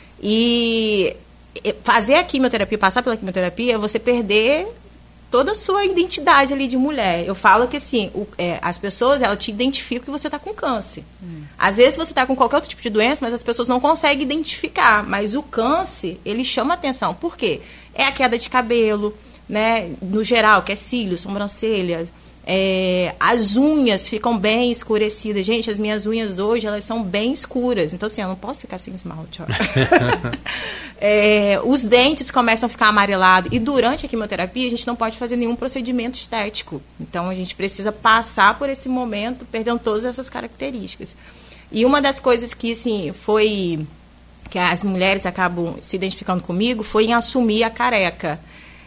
E fazer a quimioterapia, passar pela quimioterapia, é você perder toda a sua identidade ali de mulher. Eu falo que, assim, o, é, as pessoas, elas te identificam que você está com câncer. Hum. Às vezes você está com qualquer outro tipo de doença, mas as pessoas não conseguem identificar. Mas o câncer, ele chama atenção. Por quê? É a queda de cabelo, né? No geral, que é cílios, sobrancelha. É, as unhas ficam bem escurecidas. Gente, as minhas unhas hoje, elas são bem escuras. Então, assim, eu não posso ficar sem esmalte. é, os dentes começam a ficar amarelados. E durante a quimioterapia, a gente não pode fazer nenhum procedimento estético. Então, a gente precisa passar por esse momento, perdendo todas essas características. E uma das coisas que, assim, foi que as mulheres acabam se identificando comigo, foi em assumir a careca.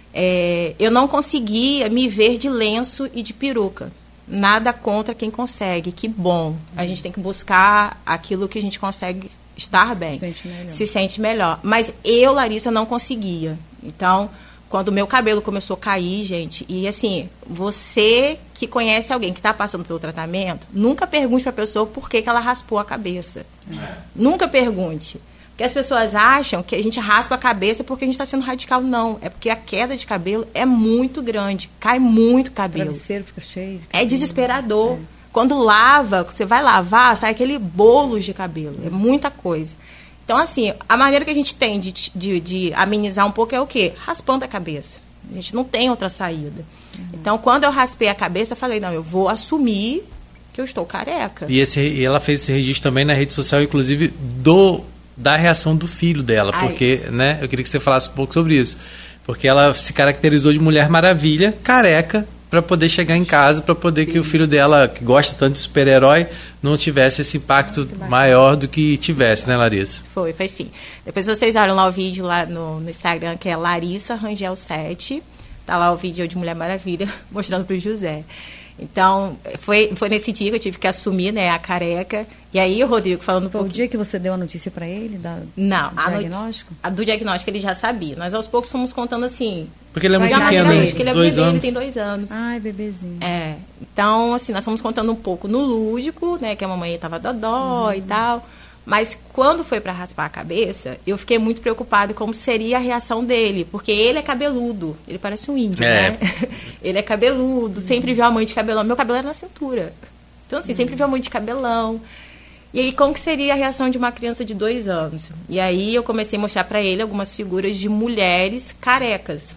É, eu não conseguia me ver de lenço e de peruca. Nada contra quem consegue, que bom. A gente tem que buscar aquilo que a gente consegue estar bem. Se sente melhor. Se sente melhor. Mas eu, Larissa, não conseguia. Então, quando o meu cabelo começou a cair, gente, e assim, você que conhece alguém que está passando pelo tratamento, nunca pergunte para a pessoa por que, que ela raspou a cabeça. É. Nunca pergunte. Porque as pessoas acham que a gente raspa a cabeça porque a gente está sendo radical. Não, é porque a queda de cabelo é muito grande, cai muito cabelo. O travesseiro fica cheio. É desesperador. É. Quando lava, você vai lavar, sai aquele bolo de cabelo. É muita coisa. Então, assim, a maneira que a gente tem de, de, de amenizar um pouco é o quê? Raspando a cabeça. A gente não tem outra saída. Uhum. Então, quando eu raspei a cabeça, eu falei, não, eu vou assumir que eu estou careca. E, esse, e ela fez esse registro também na rede social, inclusive, do... da reação do filho dela, Ai. porque, né, eu queria que você falasse um pouco sobre isso, porque ela se caracterizou de Mulher Maravilha, careca, para poder chegar em casa, para poder sim. que o filho dela, que gosta tanto de super-herói, não tivesse esse impacto maior do que tivesse, né, Larissa? Foi, foi sim. Depois vocês olham lá o vídeo lá no, no Instagram, que é Larissa Rangel sete, tá lá o vídeo de Mulher Maravilha, mostrando pro José. Então, foi, foi nesse dia que eu tive que assumir, né, a careca. E aí, o Rodrigo falando... Foi o dia que você deu a notícia para ele? Da, Não, do a diagnóstico? A do diagnóstico ele já sabia. Nós, aos poucos, fomos contando assim... Porque ele é muito pequeno, ele, ele é dois bebê, anos. Ele tem dois anos. Ai, bebezinho. É. Então, assim, nós fomos contando um pouco no lúdico, né, que a mamãe estava dodó uhum. e tal... Mas quando foi para raspar a cabeça, eu fiquei muito preocupada como seria a reação dele. Porque ele é cabeludo. Ele parece um índio, é. né? Ele é cabeludo, sempre viu a mãe de cabelão. Meu cabelo era na cintura. Então, assim, sempre viu a mãe de cabelão. E aí, como que seria a reação de uma criança de dois anos? E aí, eu comecei a mostrar para ele algumas figuras de mulheres carecas.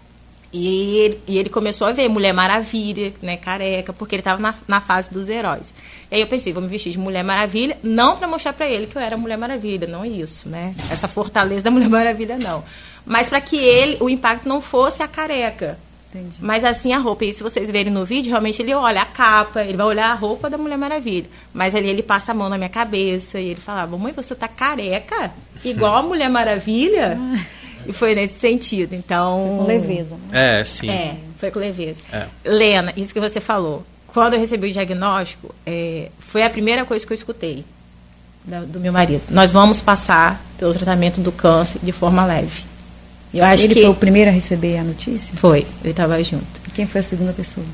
E ele, e ele começou a ver Mulher Maravilha, né, careca, porque ele estava na, na fase dos heróis. E aí eu pensei, vou me vestir de Mulher Maravilha, não para mostrar para ele que eu era Mulher Maravilha, não é isso, né? Essa fortaleza da Mulher Maravilha, não. Mas para que ele, o impacto não fosse a careca. Entendi. Mas assim a roupa, e se vocês verem no vídeo, realmente ele olha a capa, ele vai olhar a roupa da Mulher Maravilha. Mas ali ele passa a mão na minha cabeça e ele fala, mamãe, você tá careca? Igual a Mulher Maravilha? E foi nesse sentido, então... Foi com leveza, né? É, sim. É, foi com leveza. É. Lena, isso que você falou. Quando eu recebi o diagnóstico, é, foi a primeira coisa que eu escutei do, do meu marido. Nós vamos passar pelo tratamento do câncer de forma leve. Eu acho ele que foi o primeiro a receber a notícia? Foi, ele estava junto. E quem foi a segunda pessoa?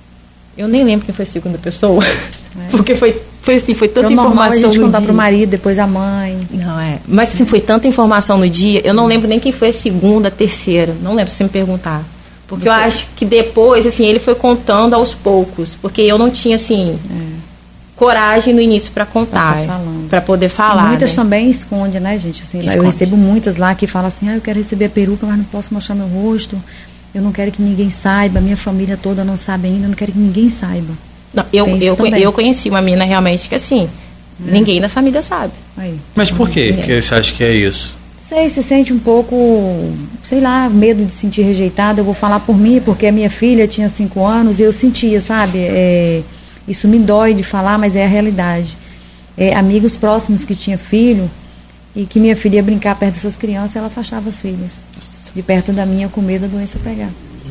Eu nem lembro quem foi a segunda pessoa, é. porque foi, foi assim, foi tanta então, informação. A gente contar para o marido, depois a mãe. Não, é. Mas assim, foi tanta informação no dia, eu não lembro nem quem foi a segunda, a terceira. Não lembro se você me perguntar. Porque você... eu acho que depois, assim, ele foi contando aos poucos. Porque eu não tinha, assim, é. coragem no início para contar, para poder falar. E muitas né? também escondem, né, gente? Assim, eu recebo muitas lá que falam assim, ah, eu quero receber a peruca, mas não posso mostrar meu rosto. Eu não quero que ninguém saiba, minha família toda não sabe ainda, eu não quero que ninguém saiba. Não, eu, eu, eu conheci uma menina realmente que assim, é. ninguém da família sabe. Aí. Mas por quê que você acha que é isso? Sei, se sente um pouco, sei lá, medo de se sentir rejeitada. Eu vou falar por mim, porque a minha filha tinha cinco anos e eu sentia, sabe? É, isso me dói de falar, mas é a realidade. É, amigos próximos que tinham filho e que minha filha ia brincar perto dessas crianças, ela afastava as filhas de perto da minha com medo da doença pegar.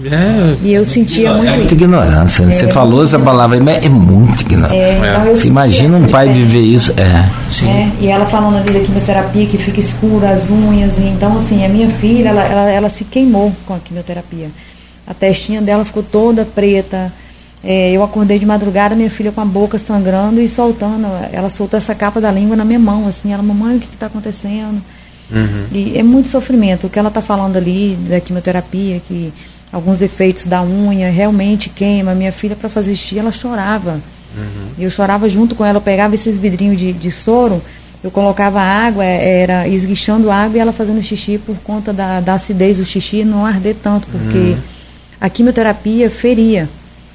É, e eu sentia é muito muita isso. ignorância. Né? É, você falou essa palavra, mas é muito ignorância. É, então você imagina um pai viver isso. É, sim. É, e ela falando ali da quimioterapia, que fica escura as unhas. E, então, assim, a minha filha, ela, ela, ela se queimou com a quimioterapia. A testinha dela ficou toda preta. É, eu acordei de madrugada, minha filha com a boca sangrando e soltando. Ela soltou essa capa da língua na minha mão, assim. Ela, mamãe, o que está acontecendo? Uhum. E é muito sofrimento. O que ela está falando ali da quimioterapia, que alguns efeitos da unha realmente queima. Minha filha, para fazer xixi, ela chorava. Uhum. E eu chorava junto com ela. Eu pegava esses vidrinhos de, de soro, eu colocava água, era esguichando água e ela fazendo xixi por conta da, da acidez do xixi não arder tanto, porque uhum. a quimioterapia feria.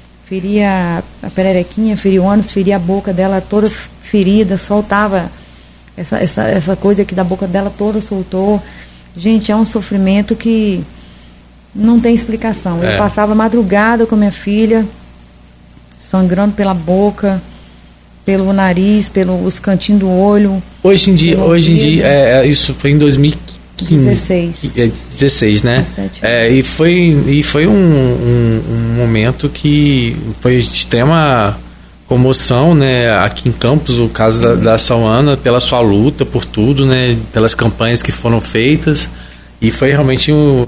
Feria a pererequinha, feria o ânus, feria a boca dela toda ferida, soltava essa, essa, essa coisa aqui da boca dela toda, soltou. Gente, é um sofrimento que não tem explicação. É. Eu passava madrugada com minha filha, sangrando pela boca, pelo nariz, pelos cantinhos do olho. Hoje em dia, hoje em dia é, isso foi em dois mil e quinze. dezesseis. É, dezesseis, né? dezessete. É, e foi, e foi um, um, um momento que foi de extrema comoção, né? Aqui em Campos, o caso da, da Sauana, pela sua luta, por tudo, né? Pelas campanhas que foram feitas. E foi realmente um...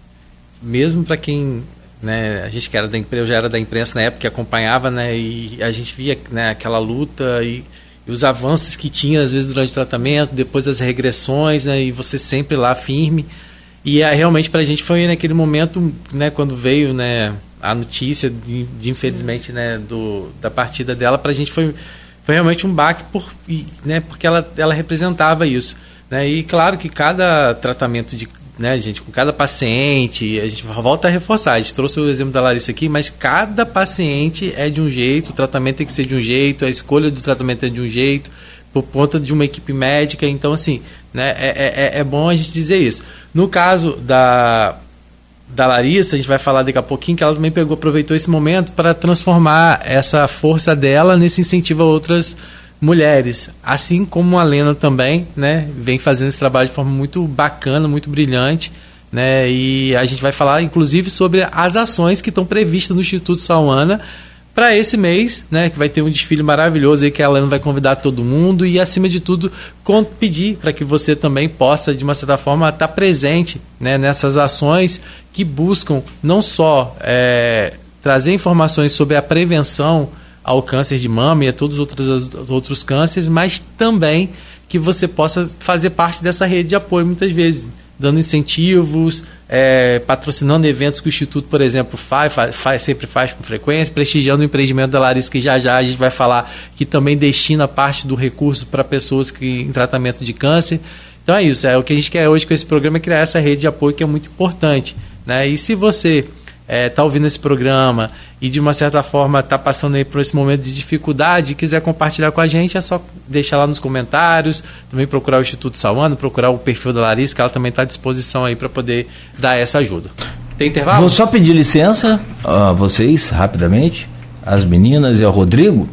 Mesmo para quem... Né, a gente que era da imprensa, eu já era da imprensa na época, que acompanhava, né? E a gente via, né, aquela luta e, e os avanços que tinha, às vezes, durante o tratamento, depois as regressões, né? E você sempre lá firme. E é, realmente para a gente foi naquele momento, né? Quando veio, né, a notícia de, de infelizmente, né, do, da partida dela, para a gente foi, foi realmente um baque, por, né, porque ela, ela representava isso. Né? E claro que cada tratamento de, né, gente, com cada paciente, a gente volta a reforçar, a gente trouxe o exemplo da Larissa aqui, mas cada paciente é de um jeito, o tratamento tem que ser de um jeito, a escolha do tratamento é de um jeito, por conta de uma equipe médica. Então, assim, né, é, é, é bom a gente dizer isso. No caso da, da Larissa, a gente vai falar daqui a pouquinho, que ela também pegou, aproveitou esse momento para transformar essa força dela nesse incentivo a outras mulheres, assim como a Lena também, né, vem fazendo esse trabalho de forma muito bacana, muito brilhante, né, e a gente vai falar inclusive sobre as ações que estão previstas no Instituto Sauana para esse mês, né, que vai ter um desfile maravilhoso aí que a Lena vai convidar todo mundo e, acima de tudo, pedir para que você também possa, de uma certa forma, estar presente, né, nessas ações que buscam não só é, trazer informações sobre a prevenção ao câncer de mama e a todos os outros, outros cânceres, mas também que você possa fazer parte dessa rede de apoio, muitas vezes, dando incentivos, é, patrocinando eventos que o Instituto, por exemplo, faz, faz, sempre faz com frequência, prestigiando o empreendimento da Larissa, que já já a gente vai falar, que também destina parte do recurso para pessoas que, em tratamento de câncer. Então é isso, é, o que a gente quer hoje com esse programa é criar essa rede de apoio que é muito importante, né? E se você está é, ouvindo esse programa e de uma certa forma está passando aí por esse momento de dificuldade e quiser compartilhar com a gente, é só deixar lá nos comentários, também procurar o Instituto Sauana, procurar o perfil da Larissa, que ela também está à disposição aí para poder dar essa ajuda. Tem intervalo? Vou só pedir licença a vocês, rapidamente, as meninas e ao Rodrigo,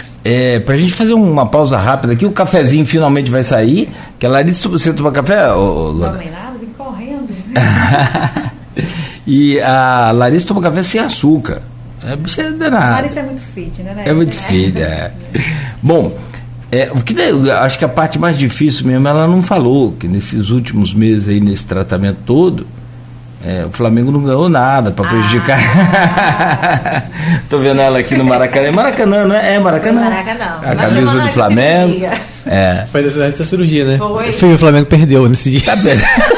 é, para a gente fazer uma pausa rápida aqui. O cafezinho finalmente vai sair, que a Larissa, você toma café? Ô, não tomei nada, vim correndo. E a Larissa toma café sem açúcar. A bicha é danada. A Larissa é muito fit, né? É muito fit, é. Bom, é, o que eu acho que a parte mais difícil mesmo, ela não falou, que nesses últimos meses aí, nesse tratamento todo, é, o Flamengo não ganhou nada para prejudicar. Ah. Tô vendo ela aqui no Maracanã. Maracanã, não é? É Maracanã. Maracanã. A camisa do Flamengo. É. Foi nessa cirurgia, né? Foi. Foi, o Flamengo perdeu nesse dia. Tá bem.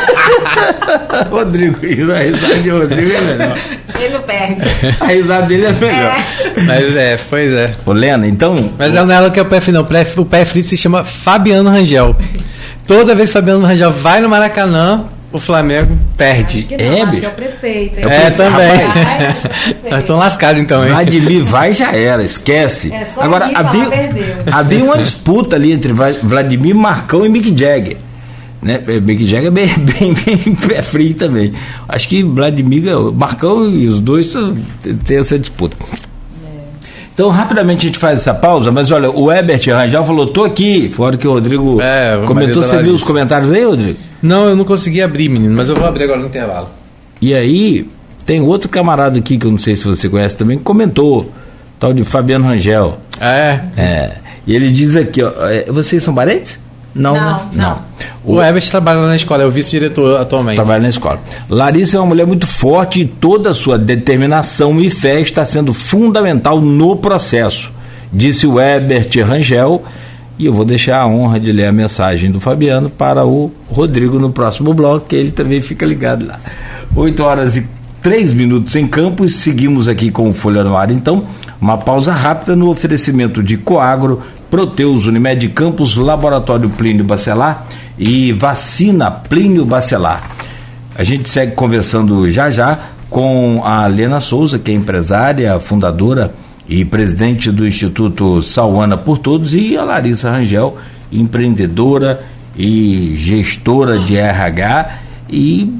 Rodrigo, a risada de Rodrigo é melhor. Ele não perde. A risada dele é melhor. É. Mas é, pois é. Ô, Lena, então. Mas não é ela que é o P F, não. O P F se chama Fabiano Rangel. Toda vez que o Fabiano Rangel vai no Maracanã, o Flamengo perde. Acho que não, é, acho que é o prefeito. Hein? É, também. Rapaz, nós estamos lascados então, hein? Vladimir vai já era, esquece. É, só Agora, havia, perdeu. havia uma disputa ali entre Vladimir, Marcão e Mick Jagger. Né? Mick Jagger é bem, bem, bem pé frio também. Acho que Vladimir, Marcão e os dois têm essa disputa. Então, rapidamente a gente faz essa pausa, mas olha, o Herbert Rangel falou, tô aqui, fora que o Rodrigo é, o comentou. Você viu os comentários aí, Rodrigo? Não, eu não consegui abrir, menino, mas eu vou abrir agora no intervalo. E aí, tem outro camarada aqui, que eu não sei se você conhece também, que comentou, tal de Fabiano Rangel. É? É. E ele diz aqui, ó, vocês são parentes? Não, não. não. não. O, o Herbert trabalha na escola, é o vice-diretor atualmente. Trabalha na escola. Larissa é uma mulher muito forte e toda a sua determinação e fé está sendo fundamental no processo, disse o Herbert Rangel. E eu vou deixar a honra de ler a mensagem do Fabiano para o Rodrigo no próximo bloco, que ele também fica ligado lá. oito horas e três minutos em Campos, seguimos aqui com o Folha no Ar. Então, uma pausa rápida no oferecimento de Coagro, Proteus, Unimed Campos, Laboratório Plínio Bacelar e Vacina Plínio Bacelar. A gente segue conversando já já com a Lena Souza, que é empresária, fundadora e presidente do Instituto Sauana por Todos, e a Larissa Rangel, empreendedora e gestora de R H e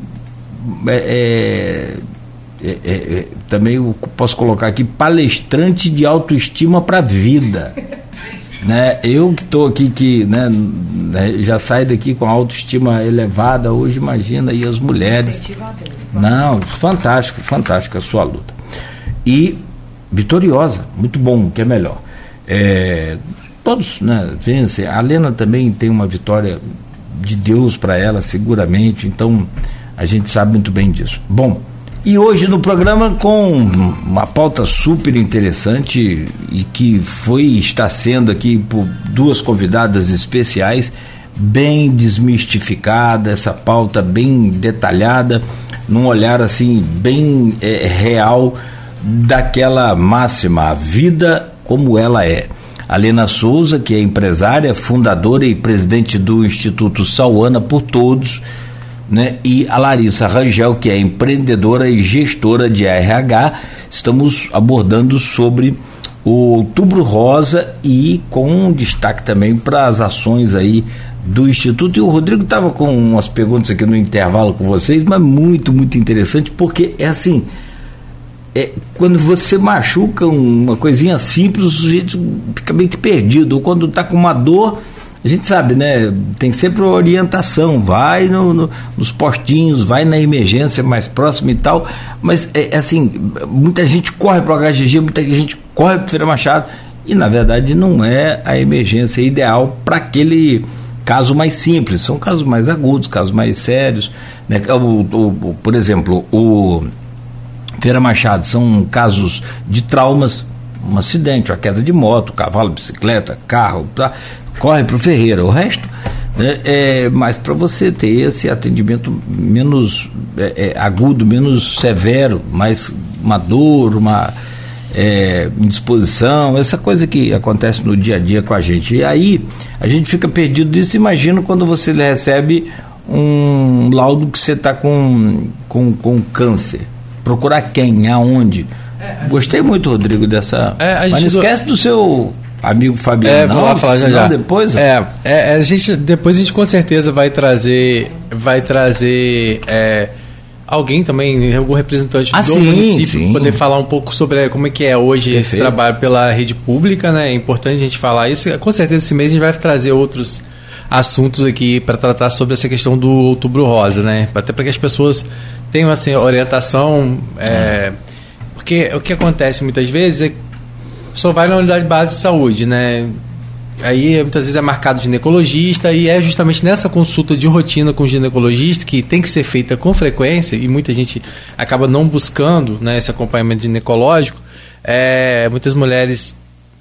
é, é, é, é, também eu posso colocar aqui palestrante de autoestima para a vida. né? Eu que estou aqui, que né, já saio daqui com a autoestima elevada, hoje imagina aí as mulheres. Não, fantástico, fantástico a sua luta. E vitoriosa, muito bom, o que é melhor. É, todos, né, vencem. A Lena também tem uma vitória de Deus para ela, seguramente, então a gente sabe muito bem disso. Bom, e hoje no programa com uma pauta super interessante e que foi, está sendo aqui por duas convidadas especiais, bem desmistificada, essa pauta bem detalhada, num olhar assim bem é, real daquela máxima, a vida como ela é. A Lena Souza, que é empresária, fundadora e presidente do Instituto Sauana por Todos, né? E a Larissa Rangel, que é empreendedora e gestora de R H. Estamos abordando sobre o Outubro Rosa e com destaque também para as ações aí do Instituto. E o Rodrigo estava com umas perguntas aqui no intervalo com vocês, mas muito, muito interessante, porque é assim, é, quando você machuca uma coisinha simples, o sujeito fica meio que perdido, ou quando está com uma dor, a gente sabe, né? Tem sempre orientação, vai no, no, nos postinhos, vai na emergência mais próxima e tal, mas é, é assim, muita gente corre para o H G G, muita gente corre para o Feira Machado, e na verdade não é a emergência ideal para aquele caso mais simples, são casos mais agudos, casos mais sérios, né? O, o, o, por exemplo, o Feira Machado são casos de traumas, um acidente, uma queda de moto, cavalo, bicicleta, carro, tá? Corre para o Ferreira. O resto, né, é mais para você ter esse atendimento menos é, é, agudo, menos severo, mais uma dor, uma é, indisposição, essa coisa que acontece no dia a dia com a gente. E aí a gente fica perdido disso. Imagina quando você recebe um laudo que você está com, com, com câncer. Procurar quem? Aonde? É, Gostei muito, Rodrigo, dessa. É, mas não esquece do seu amigo Fabiano, é, vou lá falar já, já. Depois. É, é, a gente, depois a gente com certeza vai trazer, vai trazer é, alguém também, algum representante ah, do sim, município, sim. poder falar um pouco sobre como é que é hoje Perfeito. Esse trabalho pela rede pública, né? É importante a gente falar isso. Com certeza esse mês a gente vai trazer outros assuntos aqui para tratar sobre essa questão do Outubro Rosa, né? Até para que as pessoas tenham assim, orientação, é, porque o que acontece muitas vezes é que a pessoa vai na unidade básica de saúde, né? Aí muitas vezes é marcado ginecologista e é justamente nessa consulta de rotina com o ginecologista, que tem que ser feita com frequência e muita gente acaba não buscando, né, esse acompanhamento ginecológico. É, muitas mulheres,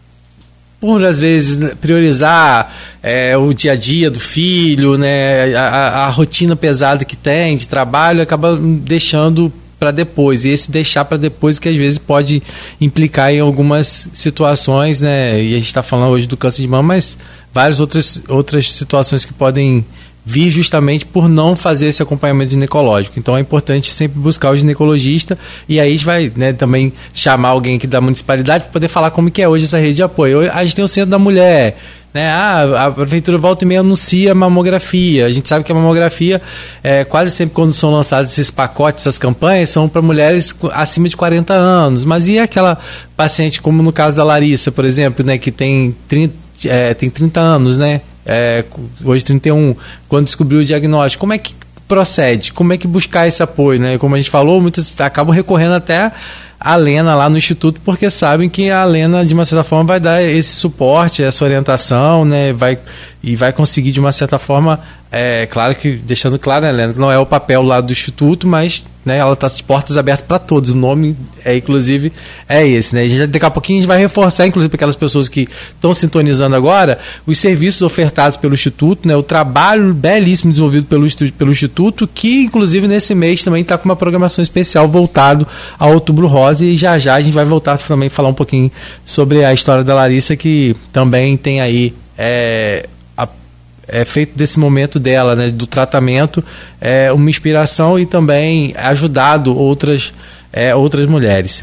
por às vezes priorizar é, o dia a dia do filho, né, a, a, a rotina pesada que tem de trabalho, acaba deixando para depois, e esse deixar para depois que às vezes pode implicar em algumas situações, né, e a gente está falando hoje do câncer de mama, mas várias outras, outras situações que podem vir justamente por não fazer esse acompanhamento ginecológico. Então é importante sempre buscar o ginecologista, e aí a gente vai, né, também chamar alguém aqui da municipalidade para poder falar como que é hoje essa rede de apoio. A gente tem o Centro da Mulher, né? Ah, a prefeitura volta e meia anuncia mamografia. A gente sabe que a mamografia, é, quase sempre quando são lançados esses pacotes, essas campanhas, são para mulheres acima de quarenta anos. Mas e aquela paciente, como no caso da Larissa, por exemplo, né, que tem trinta, é, tem trinta anos, né? É, hoje trinta e um, quando descobriu o diagnóstico, como é que procede? Como é que buscar esse apoio, né? Como a gente falou, muitas acabam recorrendo até a Lena lá no Instituto, porque sabem que a Lena, de uma certa forma, vai dar esse suporte, essa orientação, né? Vai, e vai conseguir, de uma certa forma, é claro que, deixando claro, né, Lena, que não é o papel lá do Instituto, mas, né, ela está de portas abertas para todos. O nome, é, inclusive, é esse, né? Já, daqui a pouquinho a gente vai reforçar, inclusive, para aquelas pessoas que estão sintonizando agora, os serviços ofertados pelo Instituto, né? O trabalho belíssimo desenvolvido pelo, pelo Instituto, que, inclusive, nesse mês também está com uma programação especial voltado ao Outubro Rosa, e já já a gente vai voltar também a falar um pouquinho sobre a história da Larissa, que também tem aí é, a, é feito desse momento dela, né, do tratamento, é, uma inspiração e também ajudado outras, é, outras mulheres.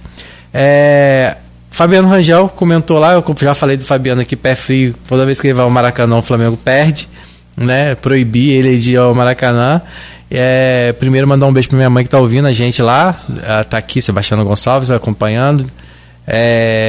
É, Fabiano Rangel comentou lá, eu já falei do Fabiano aqui, pé frio, toda vez que ele vai ao Maracanã o Flamengo perde, né, proibir ele de ir ao Maracanã. É, primeiro mandar um beijo pra minha mãe que tá ouvindo a gente lá, ela tá aqui, Sebastiana Gonçalves, acompanhando. É,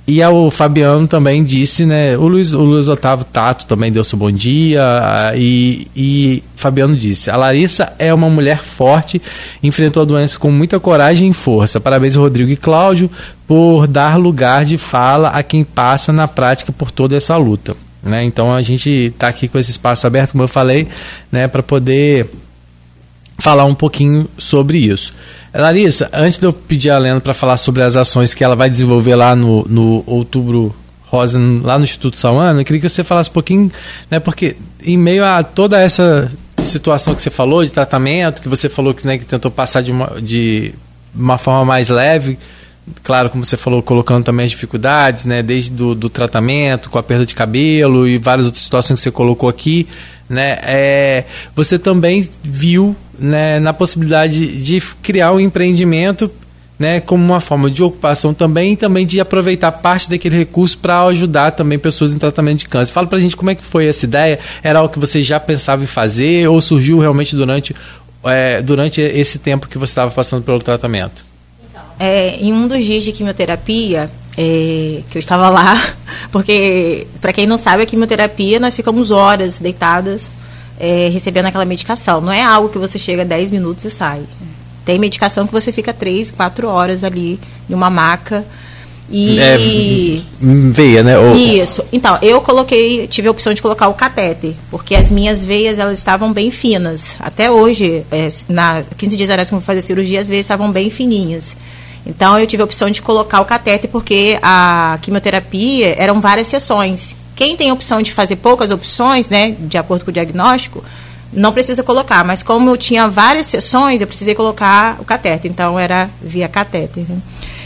E o Fabiano também disse, né? O Luiz, o Luiz Otávio Tato também deu seu bom dia. E, e Fabiano disse: a Larissa é uma mulher forte, enfrentou a doença com muita coragem e força. Parabéns, Rodrigo e Cláudio, por dar lugar de fala a quem passa na prática por toda essa luta. Né? Então a gente está aqui com esse espaço aberto, como eu falei, né, para poder falar um pouquinho sobre isso. Larissa, antes de eu pedir a Lena para falar sobre as ações que ela vai desenvolver lá no, no Outubro Rosa, lá no Instituto Sauana, eu queria que você falasse um pouquinho, né, porque em meio a toda essa situação que você falou, de tratamento, que você falou que, né, que tentou passar de uma, de uma forma mais leve, claro, como você falou, colocando também as dificuldades, né, desde do, do tratamento, com a perda de cabelo e várias outras situações que você colocou aqui, né, é, você também viu, né, na possibilidade de criar um empreendimento, né, como uma forma de ocupação também, e também de aproveitar parte daquele recurso para ajudar também pessoas em tratamento de câncer. Fala pra gente como é que foi essa ideia, era algo que você já pensava em fazer ou surgiu realmente durante, é, durante esse tempo que você estava passando pelo tratamento? É, em um dos dias de quimioterapia, é, que eu estava lá, porque, para quem não sabe, a quimioterapia, nós ficamos horas deitadas, é, recebendo aquela medicação. Não é algo que você chega dez minutos e sai. Tem medicação que você fica três, quatro horas ali, em uma maca. E... É, veia, né? Ou... Isso. Então, eu coloquei, tive a opção de colocar o catéter, porque as minhas veias, elas estavam bem finas. Até hoje, é, na quinze dias atrás que eu vou fazer cirurgia, as veias estavam bem fininhas. Então, eu tive a opção de colocar o catéter, porque a quimioterapia eram várias sessões. Quem tem a opção de fazer poucas opções, né, de acordo com o diagnóstico, não precisa colocar. Mas como eu tinha várias sessões, eu precisei colocar o catéter. Então, era via catéter. Né?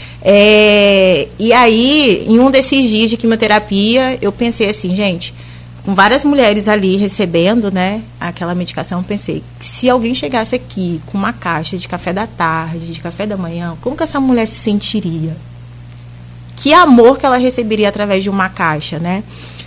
É, e aí, em um desses dias de quimioterapia, eu pensei assim, gente, com várias mulheres ali recebendo, né, aquela medicação, eu pensei, que se alguém chegasse aqui com uma caixa de café da tarde, de café da manhã, como que essa mulher se sentiria? Que amor que ela receberia através de uma caixa, né?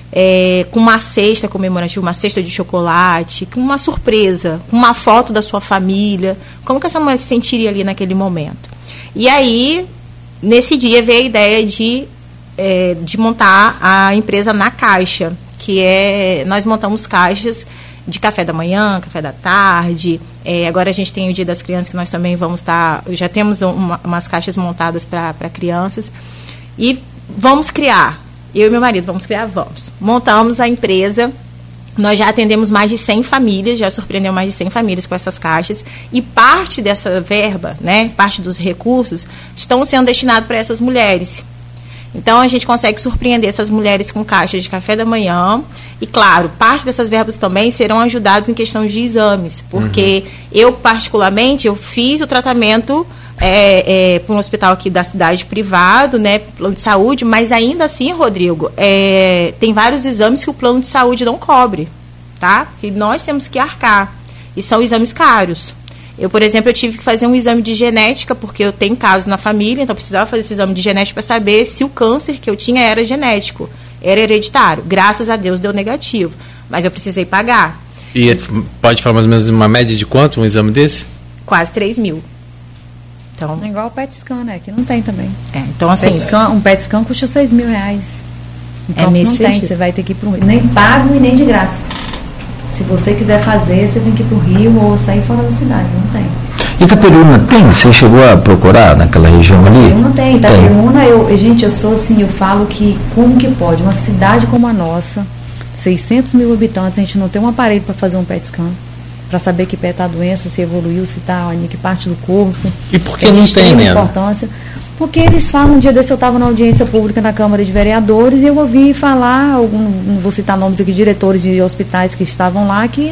É, com uma cesta comemorativa, uma cesta de chocolate, com uma surpresa, com uma foto da sua família, como que essa mulher se sentiria ali naquele momento? E aí, nesse dia veio a ideia de, é, de montar a empresa Na Caixa, que é, nós montamos caixas de café da manhã, café da tarde, é, agora a gente tem o Dia das Crianças, que nós também vamos estar, já temos uma, umas caixas montadas para crianças, e vamos criar, eu e meu marido, vamos criar, vamos. Montamos a empresa, nós já atendemos mais de cem famílias, já surpreendeu mais de cem famílias com essas caixas, e parte dessa verba, né, parte dos recursos, estão sendo destinados para essas mulheres. Então, a gente consegue surpreender essas mulheres com caixas de café da manhã. E, claro, parte dessas verbas também serão ajudadas em questão de exames. Porque uhum. eu, particularmente, eu fiz o tratamento é, é, para um hospital aqui da cidade privado, né, plano de saúde. Mas, ainda assim, Rodrigo, é, tem vários exames que o plano de saúde não cobre, tá? Que nós temos que arcar. E são exames caros. Eu, por exemplo, eu tive que fazer um exame de genética, porque eu tenho caso na família, então eu precisava fazer esse exame de genética para saber se o câncer que eu tinha era genético, era hereditário. Graças a Deus deu negativo, mas eu precisei pagar. E pode falar mais ou menos uma média de quanto um exame desse? Quase três mil. Então, é igual o P E T scan, né? Que não tem também. É, então assim... P E T scan, um P E T scan custa seis mil reais. Então, é não tem, você vai ter que ir para o Rio. Nem pago e nem de graça. Se você quiser fazer, você tem que ir para o Rio ou sair fora da cidade, não tem. Itaperuna tem? Você chegou a procurar naquela região ali? Itaperuna tem. Itaperuna, eu, gente, eu sou assim, eu falo que como que pode? Uma cidade como a nossa, seiscentos mil habitantes, a gente não tem um aparelho para fazer um P E T scan, para saber que pé está a doença, se evoluiu, se está em que parte do corpo. E por que não tem, né? Importância. Porque eles falam, um dia desse eu estava na audiência pública na Câmara de Vereadores e eu ouvi falar, algum, não vou citar nomes aqui, diretores de hospitais que estavam lá, que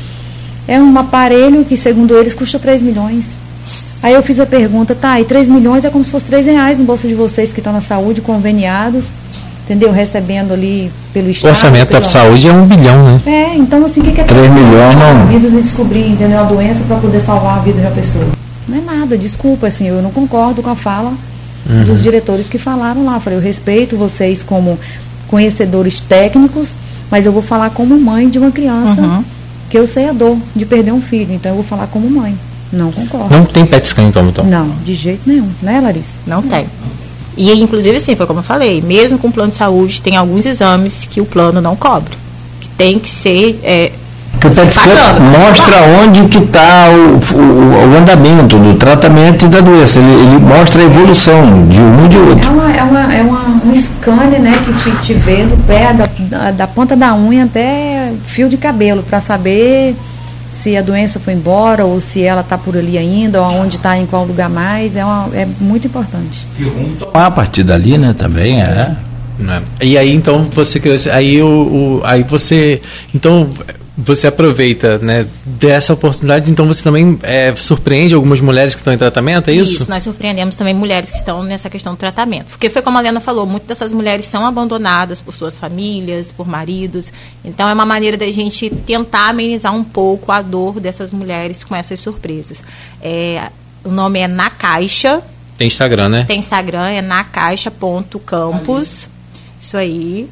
é um aparelho que, segundo eles, custa três milhões. Aí eu fiz a pergunta, tá, e três milhões é como se fosse três reais no bolso de vocês que estão na saúde, conveniados, entendeu? Recebendo ali pelo Estado. O orçamento da saúde é um bilhão, né? É, então assim, o que, que é três milhões, não? Vidas e descobrir, entendeu? A doença para poder salvar a vida de uma pessoa. Não é nada, desculpa, assim, eu não concordo com a fala uhum. dos diretores que falaram lá. Eu falei, eu respeito vocês como conhecedores técnicos, mas eu vou falar como mãe de uma criança, uhum. que eu sei a dor de perder um filho, então eu vou falar como mãe. Não concordo. Não tem P E T scan então, então? Não, de jeito nenhum, né, Larissa? Não tem. E, inclusive, assim, foi como eu falei, mesmo com o plano de saúde, tem alguns exames que o plano não cobre, que tem que ser... É, que o P E T scan mostra onde que está o, o, o andamento do tratamento e da doença. Ele, ele mostra a evolução de um e de outro. É, uma, é, uma, é uma, um scanner, né, que te, te vê do pé, da, da, da ponta da unha até fio de cabelo, para saber se a doença foi embora ou se ela está por ali ainda, ou onde está, em qual lugar mais. É, uma, é muito importante. A partir dali, né, também é. é. E aí, então, você... Aí, o, o, aí você... Então... Você aproveita, né, dessa oportunidade, então você também é, surpreende algumas mulheres que estão em tratamento, é isso? Isso, nós surpreendemos também mulheres que estão nessa questão do tratamento. Porque foi como a Lena falou, muitas dessas mulheres são abandonadas por suas famílias, por maridos. Então é uma maneira da gente tentar amenizar um pouco a dor dessas mulheres com essas surpresas. É, o nome é Na Caixa. Tem Instagram, né? Tem Instagram, é nacaixa ponto campus. Isso aí.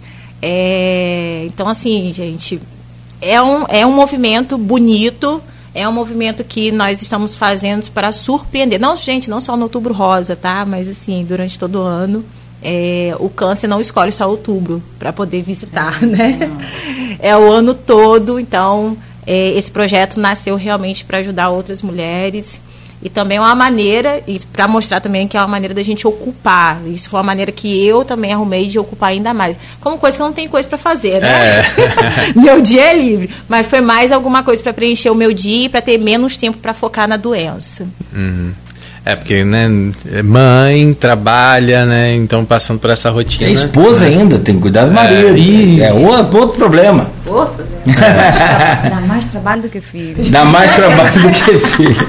É, então, assim, gente... É um, é um movimento bonito, é um movimento que nós estamos fazendo para surpreender. Não, gente, não só no Outubro Rosa, tá? Mas, assim, durante todo o ano, é, o câncer não escolhe só outubro para poder visitar, é, né? Não. É o ano todo, então, é, esse projeto nasceu realmente para ajudar outras mulheres. E também é uma maneira, e para mostrar também que é uma maneira da gente ocupar. Isso foi uma maneira que eu também arrumei de ocupar ainda mais. Como coisa que eu não tenho coisa para fazer, né? É. Meu dia é livre. Mas foi mais alguma coisa para preencher o meu dia e para ter menos tempo para focar na doença. Uhum. É, porque, né, mãe, trabalha, né, então passando por essa rotina. É esposa, né? Ainda, tem que cuidar do marido. É, e... é outro, outro problema. Outro problema. Dá mais trabalho do que filho. Dá mais trabalho do que filho.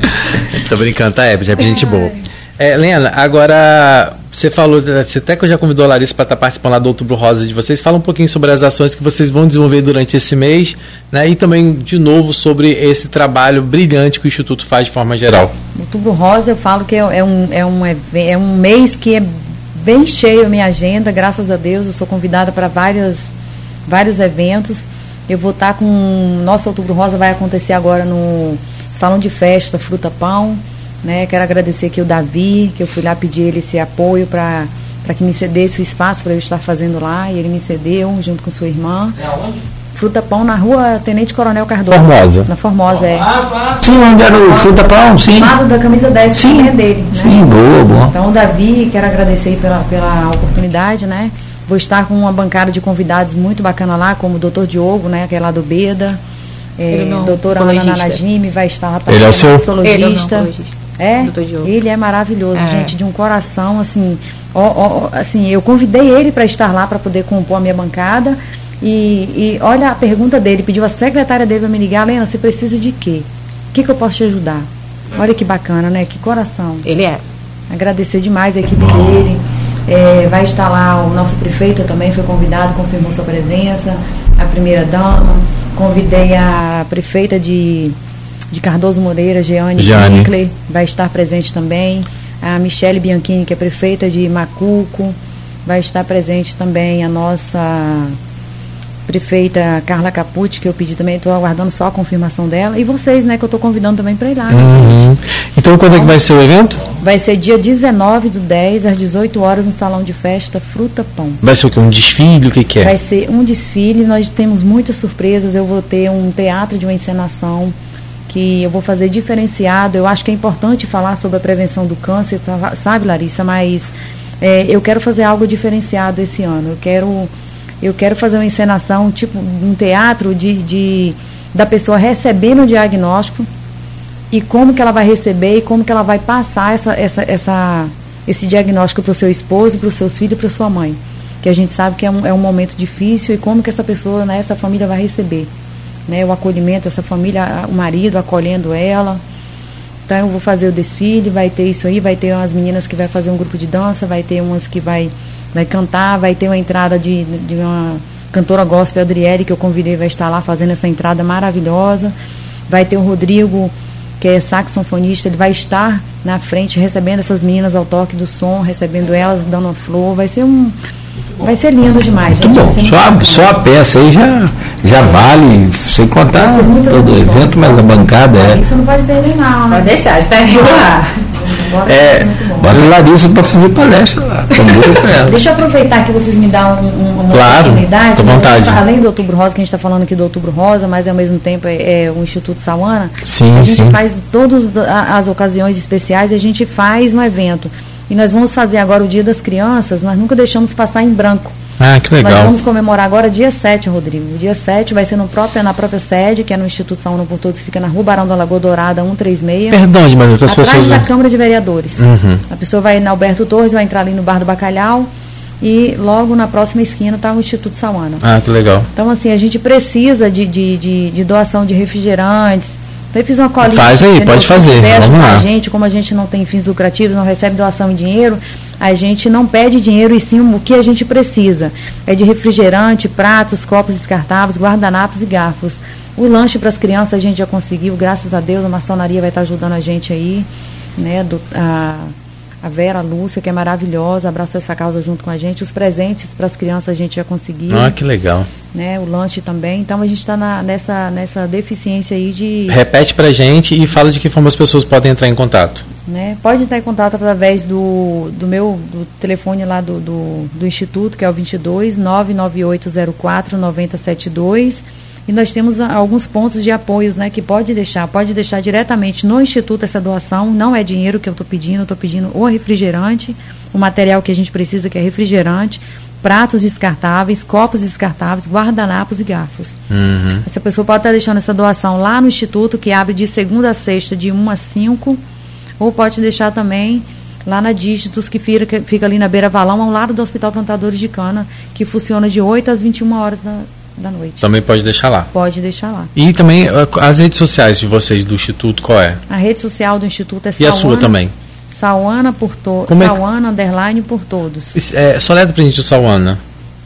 Tô brincando, tá, é, já é gente boa. É, Lena, agora, você falou, você até que eu já convidou a Larissa para estar participando lá do Outubro Rosa de vocês, fala um pouquinho sobre as ações que vocês vão desenvolver durante esse mês, né, e também, de novo, sobre esse trabalho brilhante que o Instituto faz de forma geral. Outubro Rosa, eu falo que é um, é um, é um mês que é bem cheio a minha agenda, graças a Deus, eu sou convidada para vários, vários eventos. Eu vou estar com, nosso Outubro Rosa vai acontecer agora no Salão de Festa Fruta Pão, né? Quero agradecer aqui o Davi, que eu fui lá pedir ele esse apoio para que me cedesse o espaço para eu estar fazendo lá, e ele me cedeu, junto com sua irmã. É onde? Fruta Pão, na rua Tenente Coronel Cardoso. Formosa. Na Formosa, é. Ah, sim, onde era o Fruta Pão, sim. Do lado da camisa dez, sim, que é dele, né? Sim, boa, boa. Então, o Davi, quero agradecer pela, pela oportunidade, né? Vou estar com uma bancada de convidados muito bacana lá, como o doutor Diogo, né? Que é lá do Beda. É, doutora Ana Nanajime vai estar lá para ele é o seu histologista. É, ele é maravilhoso, é. Gente, de um coração, assim, ó, ó, assim, eu convidei ele para estar lá para poder compor a minha bancada. E, e olha a pergunta dele, pediu a secretária dele para me ligar: Lena, você precisa de quê? O que, que eu posso te ajudar? Olha que bacana, né? Que coração. Ele é. Agradecer demais a equipe dele. É, vai estar lá o nosso prefeito também, foi convidado, confirmou sua presença, a primeira dama. Convidei a prefeita de, de Cardoso Moreira, Jeane Winkler, vai estar presente também. A Michele Bianchini, que é prefeita de Macuco, vai estar presente também. A nossa prefeita Carla Capucci, que eu pedi também, estou aguardando só a confirmação dela. E vocês, né, que eu estou convidando também para ir lá. Uhum. Né, então, quando é que vai ser o evento? Vai ser dia dezenove do dez, às dezoito horas, no Salão de Festa Fruta Pão. Vai ser o quê? Um desfile? O que, que é? Vai ser um desfile, nós temos muitas surpresas. Eu vou ter um teatro de uma encenação que eu vou fazer diferenciado. Eu acho que é importante falar sobre a prevenção do câncer, sabe, Larissa? Mas é, eu quero fazer algo diferenciado esse ano. Eu quero... Eu quero fazer uma encenação, tipo um teatro de, de, da pessoa recebendo o diagnóstico e como que ela vai receber e como que ela vai passar essa, essa, essa, esse diagnóstico para o seu esposo, para os seus filhos e para sua mãe. Que a gente sabe que é um, é um momento difícil e como que essa pessoa, né, essa família vai receber. Né, o acolhimento, essa família, o marido acolhendo ela. Então eu vou fazer o desfile, vai ter isso aí, vai ter umas meninas que vai fazer um grupo de dança, vai ter umas que vai... vai cantar, vai ter uma entrada de, de uma cantora gospel, Adriele, que eu convidei, vai estar lá fazendo essa entrada maravilhosa. Vai ter o Rodrigo, que é saxofonista, ele vai estar na frente recebendo essas meninas ao toque do som, recebendo elas, dando uma flor. Vai ser um... Vai ser lindo demais, gente. Muito bom, só a, só a peça aí já, já vale, sem contar todo o evento, mas a bancada é... Isso não pode perder não, né? Pode deixar, está aí lá. Bora, é, muito bom. Bota Larissa para fazer palestra lá. Deixa eu aproveitar que vocês me dão um, uma claro, oportunidade. Né? Vontade. Além do Outubro Rosa, que a gente está falando aqui do Outubro Rosa, mas ao mesmo tempo é, é o Instituto Sauana. Sim, a gente sim. faz todas as ocasiões especiais, a gente faz no evento. E nós vamos fazer agora o Dia das Crianças, nós nunca deixamos passar em branco. Ah, que legal. Nós vamos comemorar agora dia sete, Rodrigo. O dia sete vai ser no próprio, na própria sede, que é no Instituto Sauana por Todos, que fica na Rua Barão da Lagoa Dourada, cento e trinta e seis. Perdão, de maneira, as atrás pessoas... da Câmara de Vereadores. Uhum. A pessoa vai na Alberto Torres, vai entrar ali no Bar do Bacalhau e logo na próxima esquina está o Instituto Sauana. Ah, que legal. Então, assim, a gente precisa de, de, de, de doação de refrigerantes. Então, eu fiz uma colinha. Faz aí, entendeu? pode fazer. Vamos lá. A gente, como a gente não tem fins lucrativos, não recebe doação em dinheiro, a gente não pede dinheiro e sim o que a gente precisa. É de refrigerante, pratos, copos descartáveis, guardanapos e garfos. O lanche para as crianças a gente já conseguiu, graças a Deus, a maçonaria vai estar ajudando a gente aí, né? Do, a, a Vera, a Lúcia, que é maravilhosa, abraçou essa causa junto com a gente. Os presentes para as crianças a gente já conseguiu. Ah, que legal. Né, o lanche também. Então a gente está nessa, nessa deficiência aí de... Repete pra gente e fala de que forma as pessoas podem entrar em contato. Né, pode entrar em contato através do, do meu do telefone lá do, do, do Instituto, que é o vinte e dois, nove nove oito zero quatro, nove zero sete dois. E nós temos alguns pontos de apoios, né, que pode deixar, pode deixar diretamente no Instituto essa doação. Não é dinheiro que eu estou pedindo, eu estou pedindo o refrigerante, o material que a gente precisa, que é refrigerante, pratos descartáveis, copos descartáveis, guardanapos e garfos. Uhum. Essa pessoa pode estar deixando essa doação lá no Instituto, que abre de segunda a sexta, de uma a cinco, ou pode deixar também lá na Dígitos, que fica, que fica ali na Beira Valão, ao lado do Hospital Plantadores de Cana, que funciona de oito às vinte e uma horas da, da noite. Também pode deixar lá. Pode deixar lá. E também as redes sociais de vocês, do Instituto, qual é? A rede social do Instituto é E Sauana, a sua também? Sauana por todos. É Sauana, underline por todos. É, só leva pra gente o Sauana.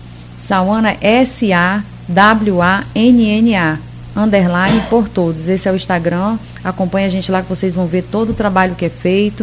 Sauana, S A W A N N A, underline por todos. Esse é o Instagram. Acompanha a gente lá que vocês vão ver todo o trabalho que é feito.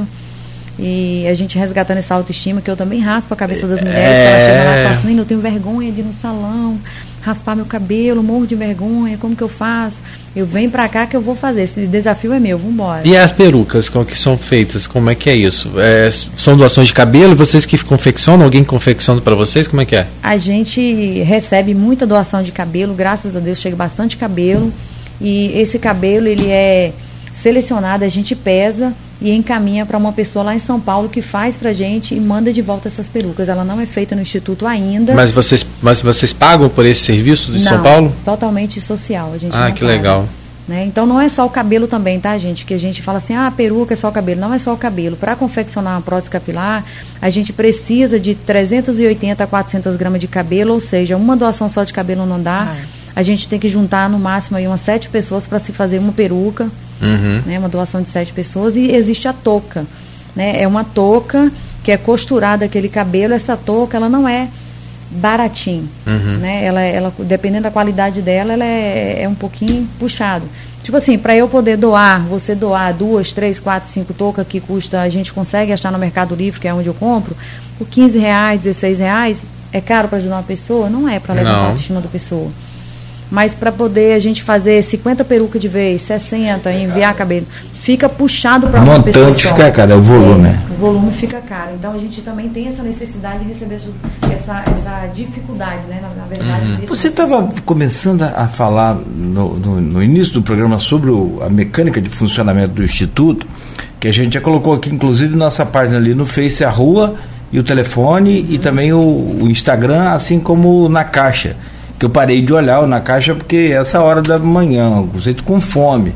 E a gente resgatando essa autoestima, que eu também raspo a cabeça das mulheres, É... que elas chegam lá e falam assim, eu tenho vergonha de ir no salão, raspar meu cabelo, morro de vergonha, como que eu faço? Eu venho pra cá que eu vou fazer, esse desafio é meu, vambora. E as perucas como que são feitas, como é que é isso? É, são doações de cabelo, vocês que confeccionam, alguém confecciona para vocês, como é que é? A gente recebe muita doação de cabelo, graças a Deus chega bastante cabelo, e esse cabelo ele é selecionado, a gente pesa e encaminha para uma pessoa lá em São Paulo que faz pra gente e manda de volta essas perucas. Ela não é feita no Instituto ainda. Mas vocês, mas vocês pagam por esse serviço de não, São Paulo? Totalmente social. A gente ah, não que paga, legal. Né? Então não é só o cabelo também, tá, gente? Que a gente fala assim, ah, a peruca é só o cabelo. Não é só o cabelo. Para confeccionar uma prótese capilar, a gente precisa de trezentos e oitenta a quatrocentas gramas de cabelo, ou seja, uma doação só de cabelo não dá. Ah. A gente tem que juntar no máximo aí umas sete pessoas para se fazer uma peruca. Uhum. Né, uma doação de sete pessoas. E existe a touca, né, é uma touca que é costurada aquele cabelo. Essa touca, ela não é baratinho, uhum. né, ela, ela, dependendo da qualidade dela, ela é, é um pouquinho puxado. Tipo assim, para eu poder doar, você doar duas, três, quatro, cinco toucas que custa, a gente consegue achar no Mercado Livre, que é onde eu compro, por quinze reais, dezesseis reais, é caro para ajudar uma pessoa? Não é, para levantar a autoestima da pessoa. Mas para poder a gente fazer cinquenta perucas de vez, sessenta, enviar cabelo, fica puxado para uma pessoa. Montante fica caro, é o volume. É, o volume fica caro. Então a gente também tem essa necessidade de receber essa, essa dificuldade, né? Na, na verdade. Uhum. Você estava começando a falar no, no, no início do programa sobre o, a mecânica de funcionamento do Instituto, que a gente já colocou aqui, inclusive, nossa página ali no Face, a rua e o telefone, uhum. e também o, o Instagram, assim como na caixa. Que eu parei de olhar na caixa porque essa hora da manhã, o conceito com fome.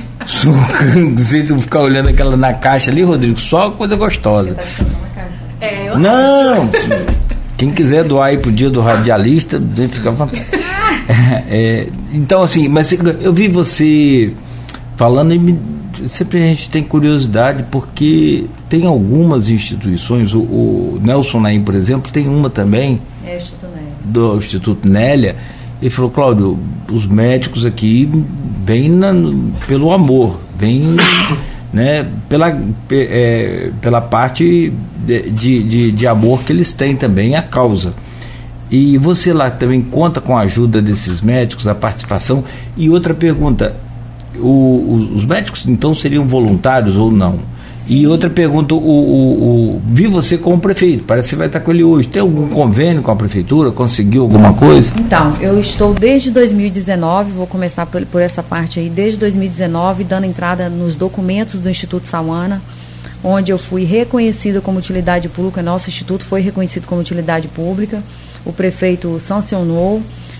O conceito ficar olhando aquela na caixa ali, Rodrigo, só coisa gostosa. Você tá ficando na caixa? É, eu não! Quem quiser doar aí pro dia do radialista, fica à vontade. É, é, então, assim, mas eu vi você falando e me, sempre a gente tem curiosidade, porque tem algumas instituições, o, o Nelson Naim, por exemplo, tem uma também. É, Instituto Nélia. Do Instituto Nélia, ele falou, Cláudio, os médicos aqui vêm na, pelo amor, vêm né, pela, é, pela parte de, de, de amor que eles têm também à causa. E você lá também conta com a ajuda desses médicos, a participação. E outra pergunta, o, os médicos então seriam voluntários ou não? E outra pergunta, o, o, o, vi você como prefeito, parece que você vai estar com ele hoje. Tem algum convênio com a prefeitura? Conseguiu alguma coisa? Então, eu estou desde dois mil e dezenove, vou começar por, por essa parte aí, desde dois mil e dezenove, dando entrada nos documentos do Instituto Sauana, onde eu fui reconhecida como utilidade pública, nosso instituto foi reconhecido como utilidade pública, o prefeito sancionou,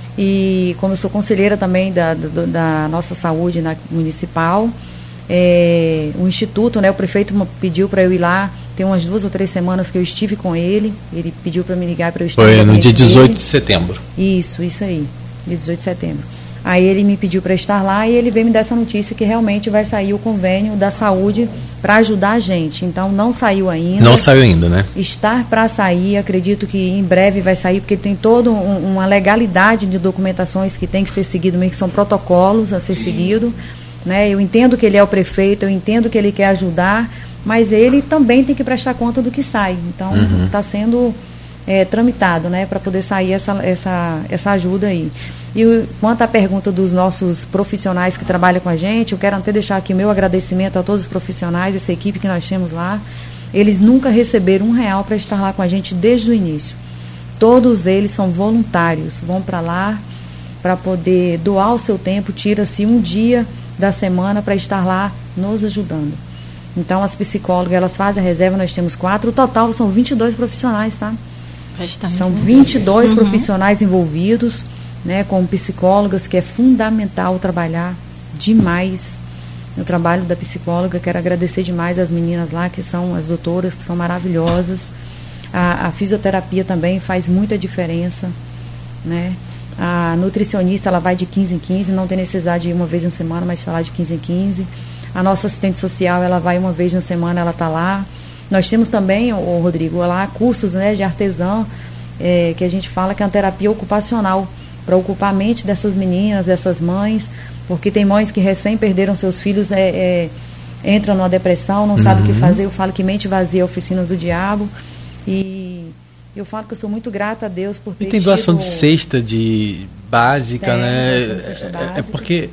e como eu sou conselheira também da, da, da nossa saúde na, municipal, é, o instituto, né, o prefeito pediu para eu ir lá, tem umas duas ou três semanas que eu estive com ele, ele pediu para me ligar para eu estar Foi no dia dezoito dele. de setembro. Isso, isso aí, dia dezoito de setembro. Aí ele me pediu para estar lá e ele veio me dar essa notícia que realmente vai sair o convênio da saúde para ajudar a gente. Então não saiu ainda. Não saiu ainda, né? Estar para sair, acredito que em breve vai sair, porque tem toda um, uma legalidade de documentações que tem que ser seguido, meio que são protocolos a ser seguido, né? Eu entendo que ele é o prefeito, eu entendo que ele quer ajudar, mas ele também tem que prestar conta do que sai. Então está uhum. sendo é, tramitado, né, para poder sair essa, essa, essa ajuda aí. E quanto à pergunta dos nossos profissionais que trabalham com a gente, eu quero até deixar aqui o meu agradecimento a todos os profissionais, essa equipe que nós temos lá. Eles nunca receberam um real para estar lá com a gente desde o início. Todos eles são voluntários, vão para lá para poder doar o seu tempo, tira-se um dia da semana para estar lá nos ajudando. Então, as psicólogas, elas fazem a reserva, nós temos quatro, o total são vinte e dois profissionais, tá? São vinte e dois uhum. profissionais envolvidos, né, com psicólogas, que é fundamental trabalhar demais no trabalho da psicóloga. Quero agradecer demais as meninas lá, que são as doutoras, que são maravilhosas. A, a fisioterapia também faz muita diferença, né? A nutricionista, ela vai de quinze em quinze, não tem necessidade de ir uma vez na semana, mas está lá de quinze em quinze. A nossa assistente social, ela vai uma vez na semana, ela está lá. Nós temos também, o Rodrigo, lá cursos, né, de artesã, é, que a gente fala que é uma terapia ocupacional, para ocupar a mente dessas meninas, dessas mães, porque tem mães que recém perderam seus filhos, é, é, entram numa depressão, não uhum. sabem o que fazer. Eu falo que mente vazia é a oficina do diabo, e eu falo que eu sou muito grata a Deus por ter E tem doação tido... de cesta de básica, tem, né? Cesta básica. É porque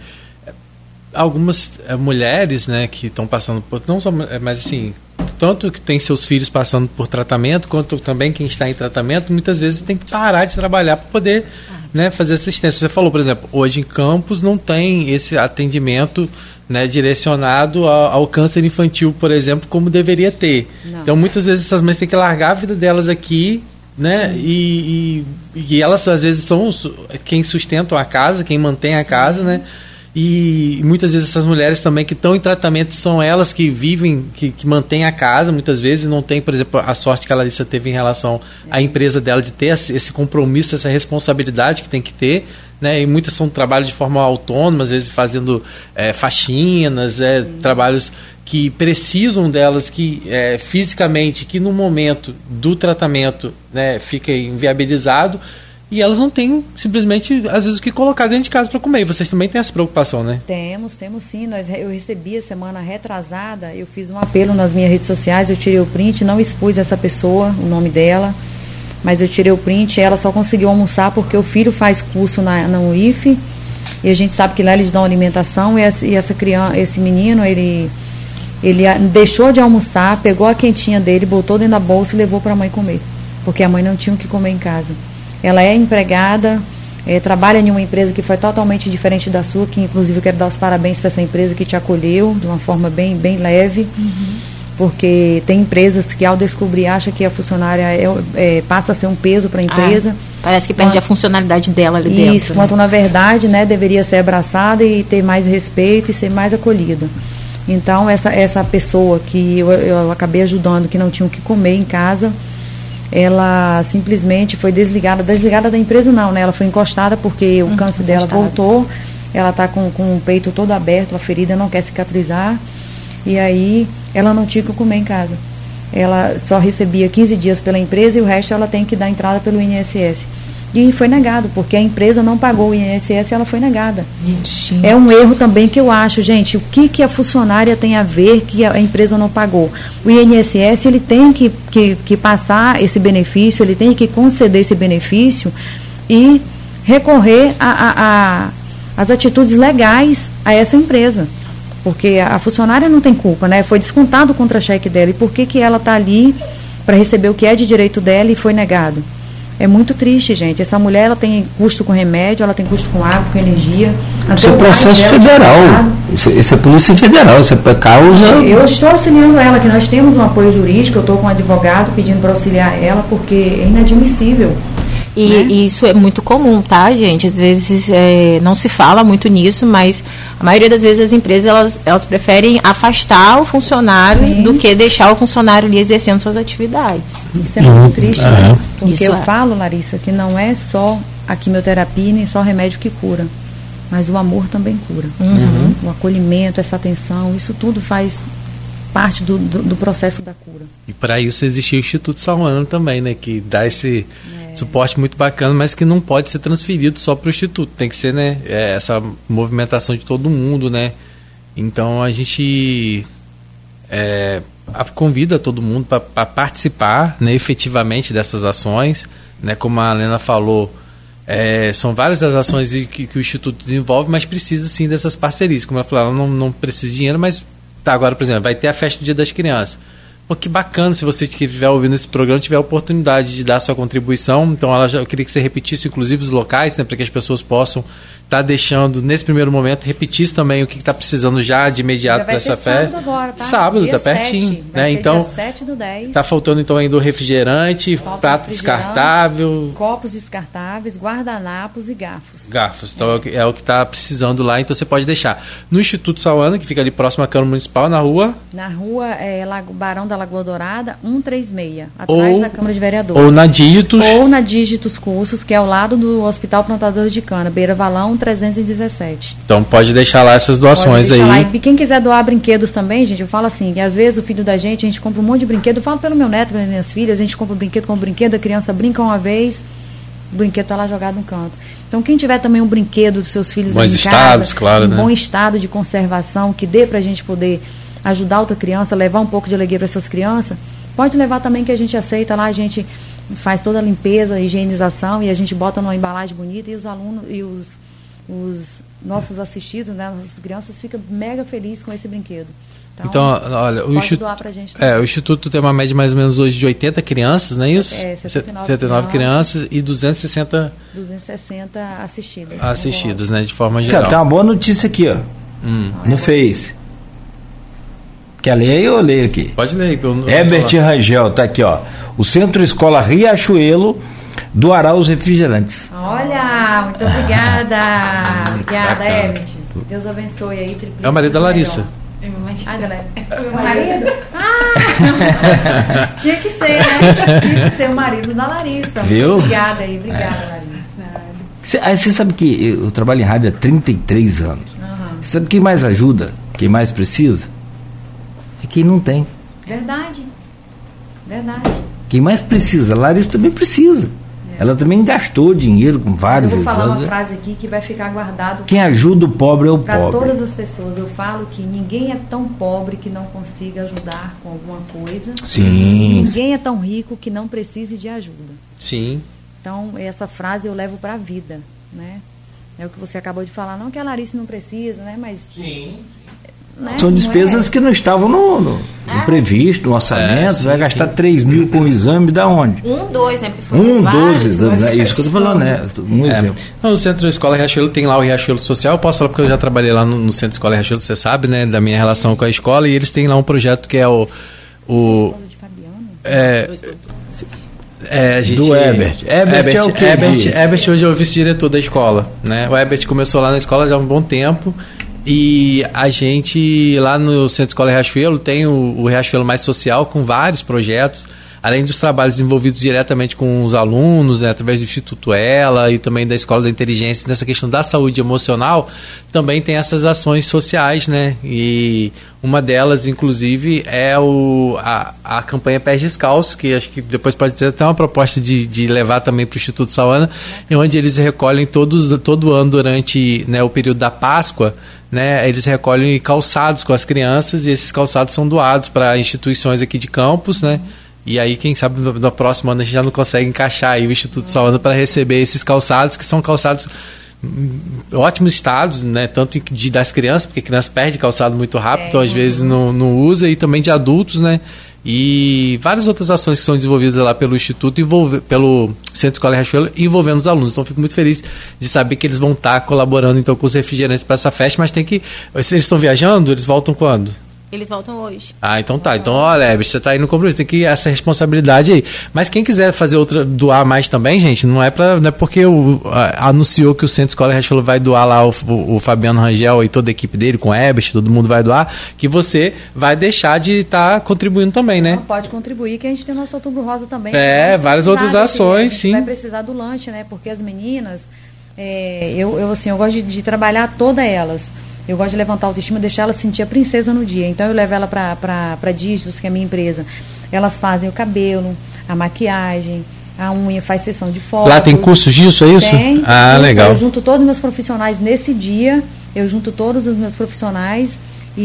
algumas é, mulheres, né, que estão passando por, não só, mas assim, tanto que tem seus filhos passando por tratamento, quanto também quem está em tratamento, muitas vezes tem que parar de trabalhar para poder, né, fazer assistência. Você falou, por exemplo, hoje em Campos não tem esse atendimento, né, direcionado ao, ao câncer infantil, por exemplo, como deveria ter. Não. Então, muitas vezes essas mães têm que largar a vida delas aqui, né, e, e, e elas às vezes são quem sustentam a casa, quem mantém a Sim. casa, né? E muitas vezes essas mulheres também que estão em tratamento são elas que vivem, que, que mantêm a casa, muitas vezes não tem, por exemplo, a sorte que a Larissa teve em relação à empresa dela de ter esse compromisso, essa responsabilidade que tem que ter, né? E muitas são trabalhos de forma autônoma, às vezes fazendo é, faxinas, é, trabalhos que precisam delas, que é, fisicamente, que no momento do tratamento, né, fica inviabilizado. E elas não têm, simplesmente, às vezes, o que colocar dentro de casa para comer. E vocês também têm essa preocupação, né? Temos, temos sim. Nós, eu recebi a semana retrasada, eu fiz um apelo nas minhas redes sociais, eu tirei o print, não expus essa pessoa, o nome dela, mas eu tirei o print, ela só conseguiu almoçar porque o filho faz curso na, na U I F, e a gente sabe que lá eles dão alimentação, e essa, e essa criança, esse menino, ele, ele deixou de almoçar, pegou a quentinha dele, botou dentro da bolsa e levou para a mãe comer, porque a mãe não tinha o que comer em casa. Ela é empregada, é, trabalha em uma empresa que foi totalmente diferente da sua, que inclusive eu quero dar os parabéns para essa empresa que te acolheu de uma forma bem, bem leve, uhum. porque tem empresas que ao descobrir acham que a funcionária é, é, passa a ser um peso para a empresa. Ah, parece que perde quando, a funcionalidade dela ali dentro. Isso, quanto né? na verdade, né, deveria ser abraçada e ter mais respeito e ser mais acolhida. Então, essa, essa pessoa que eu, eu acabei ajudando, que não tinha o que comer em casa, ela simplesmente foi desligada, desligada da empresa não, né? Ela foi encostada porque hum, o câncer dela voltou, ela está com, com o peito todo aberto, a ferida não quer cicatrizar, e aí ela não tinha o que comer em casa. Ela só recebia quinze dias pela empresa e o resto ela tem que dar entrada pelo I N S S. E foi negado, porque a empresa não pagou o I N S S e ela foi negada. Gente. É um erro também que eu acho, gente, o que, que a funcionária tem a ver que a empresa não pagou? O I N S S, ele tem que, que, que passar esse benefício, ele tem que conceder esse benefício e recorrer a, a, a, as atitudes legais a essa empresa. Porque a funcionária não tem culpa, né? Foi descontado o contra-cheque dela. E por que que ela está ali para receber o que é de direito dela e foi negado? É muito triste, gente. Essa mulher, ela tem custo com remédio, ela tem custo com água, com energia. Isso é processo federal. Isso, isso é Polícia Federal, isso é causa... Eu estou auxiliando ela, que nós temos um apoio jurídico, eu estou com um advogado pedindo para auxiliar ela, porque é inadmissível. E, né? e isso é muito comum, tá, gente? Às vezes é, não se fala muito nisso, mas a maioria das vezes as empresas elas, elas preferem afastar o funcionário Sim. do que deixar o funcionário ali exercendo suas atividades. Isso é muito triste, uhum. né? Porque Isso eu é. falo, Larissa, que não é só a quimioterapia nem só o remédio que cura, mas o amor também cura. Uhum. O acolhimento, essa atenção, isso tudo faz parte do, do, do processo da cura. E para isso existe o Instituto Salmano também, né? Que dá esse é. suporte muito bacana, mas que não pode ser transferido só para o Instituto. Tem que ser, né? É, essa movimentação de todo mundo, né? Então a gente é, convida todo mundo para participar, né, efetivamente dessas ações, né? Como a Helena falou, é, são várias as ações que, que o Instituto desenvolve, mas precisa sim dessas parcerias. Como ela falou, ela não, não precisa de dinheiro, mas tá, agora, por exemplo, vai ter a festa do Dia das Crianças. Pô, que bacana se você que estiver ouvindo esse programa tiver a oportunidade de dar a sua contribuição. Então, ela já, eu queria que você repetisse, inclusive, os locais, né, para que as pessoas possam estar tá deixando, nesse primeiro momento, repetisse também o que está precisando já de imediato para essa festa. Sábado agora, tá? Sábado, dia tá pertinho. sete, Né? Então, sete do dez. Tá faltando então ainda o refrigerante, Falta prato refrigerante, descartável. Copos descartáveis, guardanapos e garfos. Garfos, então é, é o que está precisando lá, então você pode deixar. No Instituto Salana, que fica ali próximo à Câmara Municipal, na rua... Na rua é, Lago, Barão da Lagoa Dourada, cento e trinta e seis, atrás ou, da Câmara de Vereadores. Ou na Dígitos. Ou na Dígitos Cursos, que é ao lado do Hospital Plantador de Cana, Beira Valão trezentos e dezessete. Então pode deixar lá essas doações aí. Lá. E quem quiser doar brinquedos também, gente, eu falo assim, que às vezes o filho da gente, a gente compra um monte de brinquedo, eu falo pelo meu neto, pelas minhas filhas, a gente compra um brinquedo com um brinquedo, a criança brinca uma vez, o brinquedo está lá jogado no canto. Então quem tiver também um brinquedo dos seus filhos bons em estados, casa, claro, em né? bom estado de conservação, que dê para a gente poder ajudar outra criança, levar um pouco de alegria para essas crianças, pode levar também, que a gente aceita lá, a gente faz toda a limpeza, a higienização e a gente bota numa embalagem bonita e os alunos e os, os nossos assistidos, né, nossas crianças ficam mega felizes com esse brinquedo. Então, então olha, o, institu é, o Instituto tem uma média mais ou menos hoje de oitenta crianças, não é isso? É, setenta e nove, setenta e nove crianças e duzentos e sessenta... duzentos e sessenta assistidas. Assistidas, né, de forma geral. Cara, tem uma boa notícia aqui, ó. Hum. No Face. Quer ler aí ou eu leio aqui? Pode ler aí. Eu, Herbert Rangel, tá aqui, ó. O Centro Escola Riachuelo doará os refrigerantes. Olha, muito obrigada. Obrigada, Herbert. Deus abençoe aí. É o marido da Larissa. Ah, meu marido? Ah! Tinha que ser, né? Tinha que ser o marido da Larissa. Viu? Obrigada aí, obrigada, é. Larissa. Você sabe que eu trabalho em rádio há trinta e três anos. Uhum. Você sabe quem mais ajuda? Quem mais precisa? É quem não tem. Verdade. Verdade. Quem mais precisa? A Larissa também precisa. É. Ela também gastou dinheiro com vários exames. Eu vou falar uma frase aqui que vai ficar guardado. Quem ajuda o pobre é o pra pobre. Para todas as pessoas. Eu falo que ninguém é tão pobre que não consiga ajudar com alguma coisa. Sim. Ninguém é tão rico que não precise de ajuda. Sim. Então, essa frase eu levo para a vida, né? É o que você acabou de falar. Não que a Larissa não precisa, né? Mas... Sim. Né? São despesas é. que não estavam no, no, é. no previsto, no orçamento. É, sim, vai gastar sim. três mil com o exame, da onde? Um, dois, né? Porque um, dois exames, é isso que eu estou falando, né? Um é. exemplo. Não, o Centro Escola Riachuelo tem lá o Riachuelo Social. Eu posso falar porque eu já trabalhei lá no, no Centro Escola Riachuelo, você sabe, né? Da minha relação com a escola. E eles têm lá um projeto que é o. o é, É, a gente, do Herbert. Herbert, Herbert, é o que Herbert, Herbert hoje é o vice-diretor da escola, né? O Herbert começou lá na escola já há um bom tempo e a gente lá no Centro Escola Riachuelo tem o, o Riachuelo Mais Social com vários projetos, além dos trabalhos envolvidos diretamente com os alunos, né, através do Instituto Ela e também da Escola da Inteligência, nessa questão da saúde emocional, também tem essas ações sociais, né? E uma delas, inclusive, é o, a, a campanha Pés Descalços, que acho que depois pode ter até uma proposta de, de levar também para o Instituto Salana, onde eles recolhem todos, todo ano durante, né, o período da Páscoa, né, eles recolhem calçados com as crianças e esses calçados são doados para instituições aqui de Campos, né? E aí, quem sabe, no, no próximo ano a gente já não consegue encaixar aí o Instituto Salana para receber esses calçados, que são calçados ótimos estados, né? Tanto de, das crianças, porque a criança perde calçado muito rápido, é, então às uhum. vezes não, não usa, e também de adultos, né? E várias outras ações que são desenvolvidas lá pelo Instituto, envolve, pelo Centro Escola Riachuelo, envolvendo os alunos. Então, fico muito feliz de saber que eles vão estar colaborando então com os refrigerantes para essa festa, mas tem que... Se eles estão viajando, eles voltam quando? Eles voltam hoje. Ah, então tá. Então, olha, você tá aí no compromisso, tem que essa responsabilidade aí. Mas quem quiser fazer outra, doar mais também, gente, não é para não é porque o, a, anunciou que o Centro Escola Riachuelo vai doar lá o, o, o Fabiano Rangel e toda a equipe dele, com o Ebert, todo mundo vai doar, que você vai deixar de estar tá contribuindo também, né? Não, pode contribuir, que a gente tem nosso Outubro Rosa também. É, várias outras ações, sim. Vai precisar do lanche, né? Porque as meninas, é, eu, eu, assim, eu gosto de, de trabalhar todas elas. Eu gosto de levantar a autoestima, deixar ela sentir a princesa no dia. Então eu levo ela para Dígitos, que é a minha empresa. Elas fazem o cabelo, a maquiagem, a unha, faz sessão de fotos. Lá tem cursos disso, é isso? Tem. Ah, isso, legal. Eu junto todos os meus profissionais nesse dia, eu junto todos os meus profissionais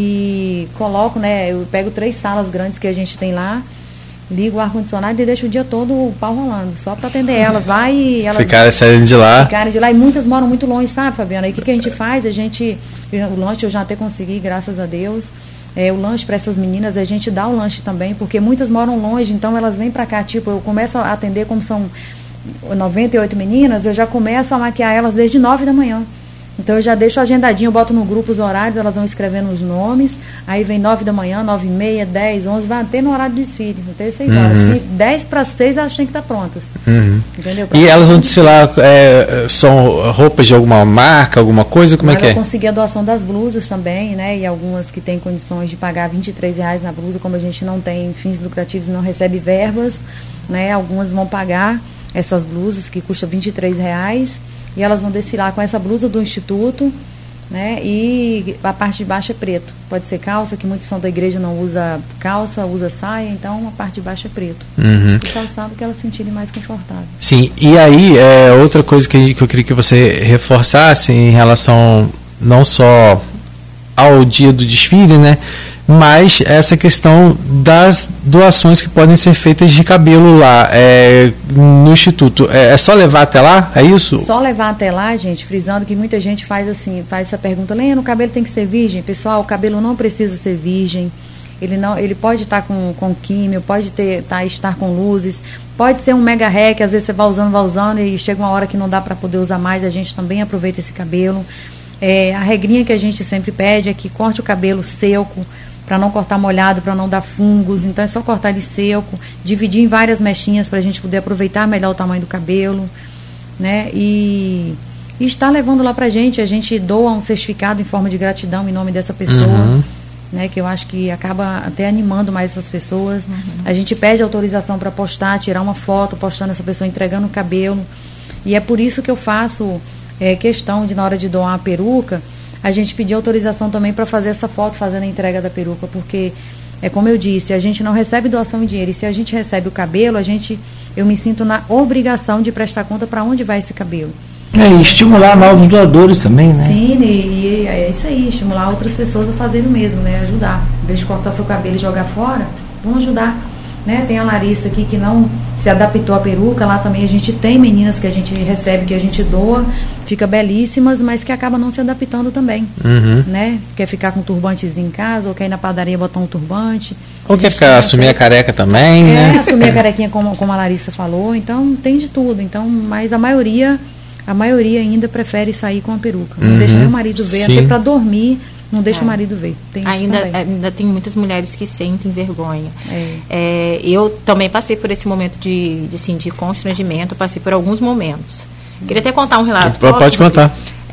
e coloco, né, eu pego três salas grandes que a gente tem lá, ligo o ar-condicionado e deixo o dia todo o pau rolando, só para atender elas lá e elas... Ficarem saindo de lá. Ficarem de lá, e muitas moram muito longe, sabe, Fabiana? E o que, que a gente faz? A gente... O lanche eu já até consegui, graças a Deus. É, o lanche para essas meninas, a gente dá o lanche também, porque muitas moram longe, então elas vêm para cá, tipo, eu começo a atender, como são noventa e oito meninas, eu já começo a maquiar elas desde nove da manhã. Então eu já deixo agendadinho, eu boto no grupo os horários, elas vão escrevendo os nomes, aí vem nove da manhã, nove e meia, dez, onze, vai até no horário do desfile, até seis horas. Uhum. Se dez para seis, elas têm que estar prontas. Uhum. Entendeu? E elas vão desfilar, é, são roupas de alguma marca, alguma coisa, como Mas é que é? Eu consegui a doação das blusas também, né, e algumas que têm condições de pagar vinte e três reais na blusa, como a gente não tem fins lucrativos, não recebe verbas, né, algumas vão pagar essas blusas que custam vinte e três reais, e elas vão desfilar com essa blusa do Instituto, né? E a parte de baixo é preto. Pode ser calça, que muitos são da igreja, não usa calça, usa saia, então a parte de baixo é preto. Uhum. E calçado que elas se sentirem mais confortáveis. Sim, e aí, é, outra coisa que, que eu queria que você reforçasse em relação não só ao dia do desfile, né? Mas essa questão das doações que podem ser feitas de cabelo lá é, no Instituto. É, é só levar até lá? É isso? Só levar até lá, gente, frisando que muita gente faz assim, faz essa pergunta, Lena, o cabelo tem que ser virgem? Pessoal, o cabelo não precisa ser virgem. Ele, não, ele pode estar com, com químio, pode ter, tá, estar com luzes, pode ser um mega rec, às vezes você vai usando, vai usando e chega uma hora que não dá para poder usar mais, a gente também aproveita esse cabelo. É, a regrinha que a gente sempre pede é que corte o cabelo seco, para não cortar molhado, para não dar fungos, então é só cortar ele seco, dividir em várias mechinhas para a gente poder aproveitar melhor o tamanho do cabelo, né, e, e estar levando lá para a gente, a gente doa um certificado em forma de gratidão em nome dessa pessoa, uhum. né, que eu acho que acaba até animando mais essas pessoas, uhum. a gente pede autorização para postar, tirar uma foto, postando essa pessoa entregando o cabelo, e é por isso que eu faço é, questão de, na hora de doar a peruca, a gente pediu autorização também para fazer essa foto, fazendo a entrega da peruca, porque, é como eu disse, a gente não recebe doação em dinheiro, e se a gente recebe o cabelo, a gente, eu me sinto na obrigação de prestar conta para onde vai esse cabelo. É, e estimular novos doadores também, né? Sim, e, e é isso aí, estimular outras pessoas a fazerem o mesmo, né, ajudar. Em vez de cortar seu cabelo e jogar fora, vamos ajudar. Né? Tem a Larissa aqui que não se adaptou à peruca, lá também a gente tem meninas que a gente recebe, que a gente doa, fica belíssimas, mas que acaba não se adaptando também, uhum. né? Quer ficar com um turbantezinho em casa, ou quer ir na padaria botar um turbante. Ou quer ficar, assumir a careca também, é, né? assumir a carequinha como, como a Larissa falou, então tem de tudo, então, mas a maioria, a maioria ainda prefere sair com a peruca, não uhum. deixa meu marido ver, Sim. até para dormir, não deixa é. o marido ver. Tem ainda, ainda tem muitas mulheres que sentem vergonha. É. É, eu também passei por esse momento de, de, assim, de constrangimento, passei por alguns momentos. Queria até contar um relato. Pode, pode contar.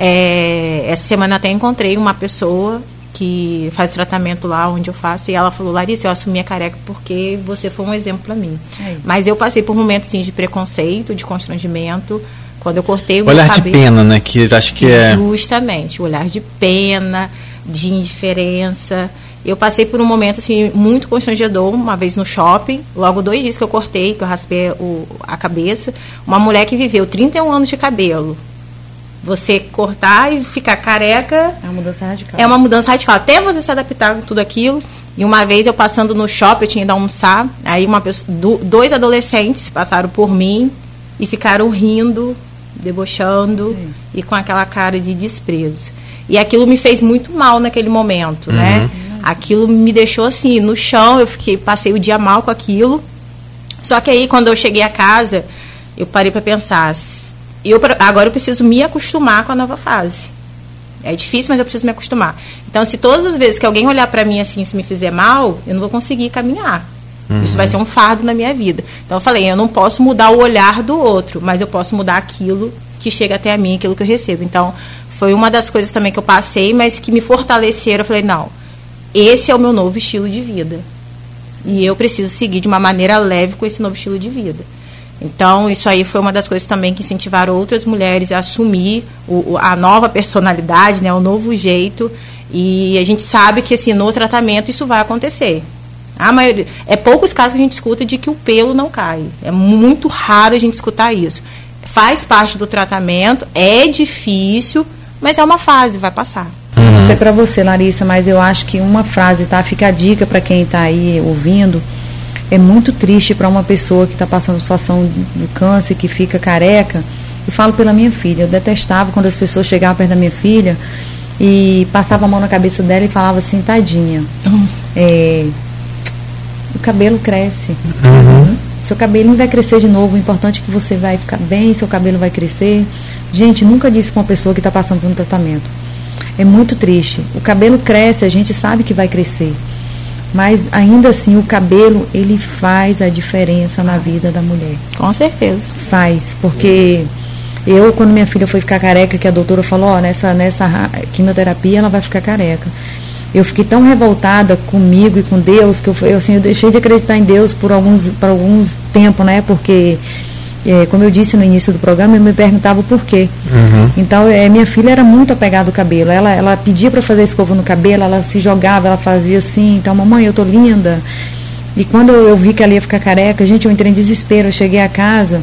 É, essa semana eu até encontrei uma pessoa que faz tratamento lá onde eu faço, e ela falou, Larissa, eu assumi a careca porque você foi um exemplo para mim. É. Mas eu passei por momentos assim, de preconceito, de constrangimento, quando eu cortei o olhar meu cabelo. De pena, né? Que acho que é... Justamente, o olhar de pena, de indiferença. Eu passei por um momento assim muito constrangedor, uma vez no shopping, logo dois dias que eu cortei, que eu raspei o, a cabeça, uma mulher que viveu trinta e um anos de cabelo. Você cortar e ficar careca é uma mudança radical. É uma mudança radical, até você se adaptar com tudo aquilo. E uma vez eu passando no shopping, eu tinha ido almoçar, aí uma pessoa, do, dois adolescentes passaram por mim e ficaram rindo debochando Sim. e com aquela cara de desprezo. E aquilo me fez muito mal naquele momento, uhum. né? Aquilo me deixou assim, no chão, eu fiquei, passei o dia mal com aquilo. Só que aí, quando eu cheguei a casa, eu parei para pensar, eu, agora eu preciso me acostumar com a nova fase. É difícil, mas eu preciso me acostumar. Então, se todas as vezes que alguém olhar para mim assim, se me fizer mal, eu não vou conseguir caminhar. Uhum. Isso vai ser um fardo na minha vida. Então, eu falei, eu não posso mudar o olhar do outro, mas eu posso mudar aquilo que chega até a mim, aquilo que eu recebo. Então, foi uma das coisas também que eu passei, mas que me fortaleceram. Eu falei, não, esse é o meu novo estilo de vida. E eu preciso seguir de uma maneira leve com esse novo estilo de vida. Então, isso aí foi uma das coisas também que incentivaram outras mulheres a assumir o, a nova personalidade, né, o novo jeito. E a gente sabe que, assim, no tratamento isso vai acontecer. A maioria, é poucos casos que a gente escuta de que o pelo não cai. É muito raro a gente escutar isso. Faz parte do tratamento, é difícil, mas é uma fase, vai passar. Isso é para você, Larissa, mas eu acho que uma frase, tá? Fica a dica para quem está aí ouvindo. É muito triste para uma pessoa que está passando situação do câncer, que fica careca. Eu falo pela minha filha, eu detestava quando as pessoas chegavam perto da minha filha e passavam a mão na cabeça dela e falavam assim, tadinha, uhum. é, o cabelo cresce. Uhum. Seu cabelo não vai crescer de novo, o importante é que você vai ficar bem, seu cabelo vai crescer. Gente, nunca disse para uma pessoa que está passando por um tratamento. É muito triste. O cabelo cresce, a gente sabe que vai crescer. Mas, ainda assim, o cabelo, ele faz a diferença na vida da mulher. Com certeza. Faz, porque eu, quando minha filha foi ficar careca, que a doutora falou, ó, nessa, nessa quimioterapia ela vai ficar careca. Eu fiquei tão revoltada comigo e com Deus, que eu, eu, assim, eu deixei de acreditar em Deus por alguns, por alguns tempos, né? Porque... É, como eu disse no início do programa, eu me perguntava o porquê. Uhum. Então, é, minha filha era muito apegada ao cabelo. Ela, ela pedia para fazer escova no cabelo, ela se jogava, ela fazia assim, então, mamãe, eu tô linda. E quando eu, eu vi que ela ia ficar careca, gente, eu entrei em desespero. Eu cheguei a casa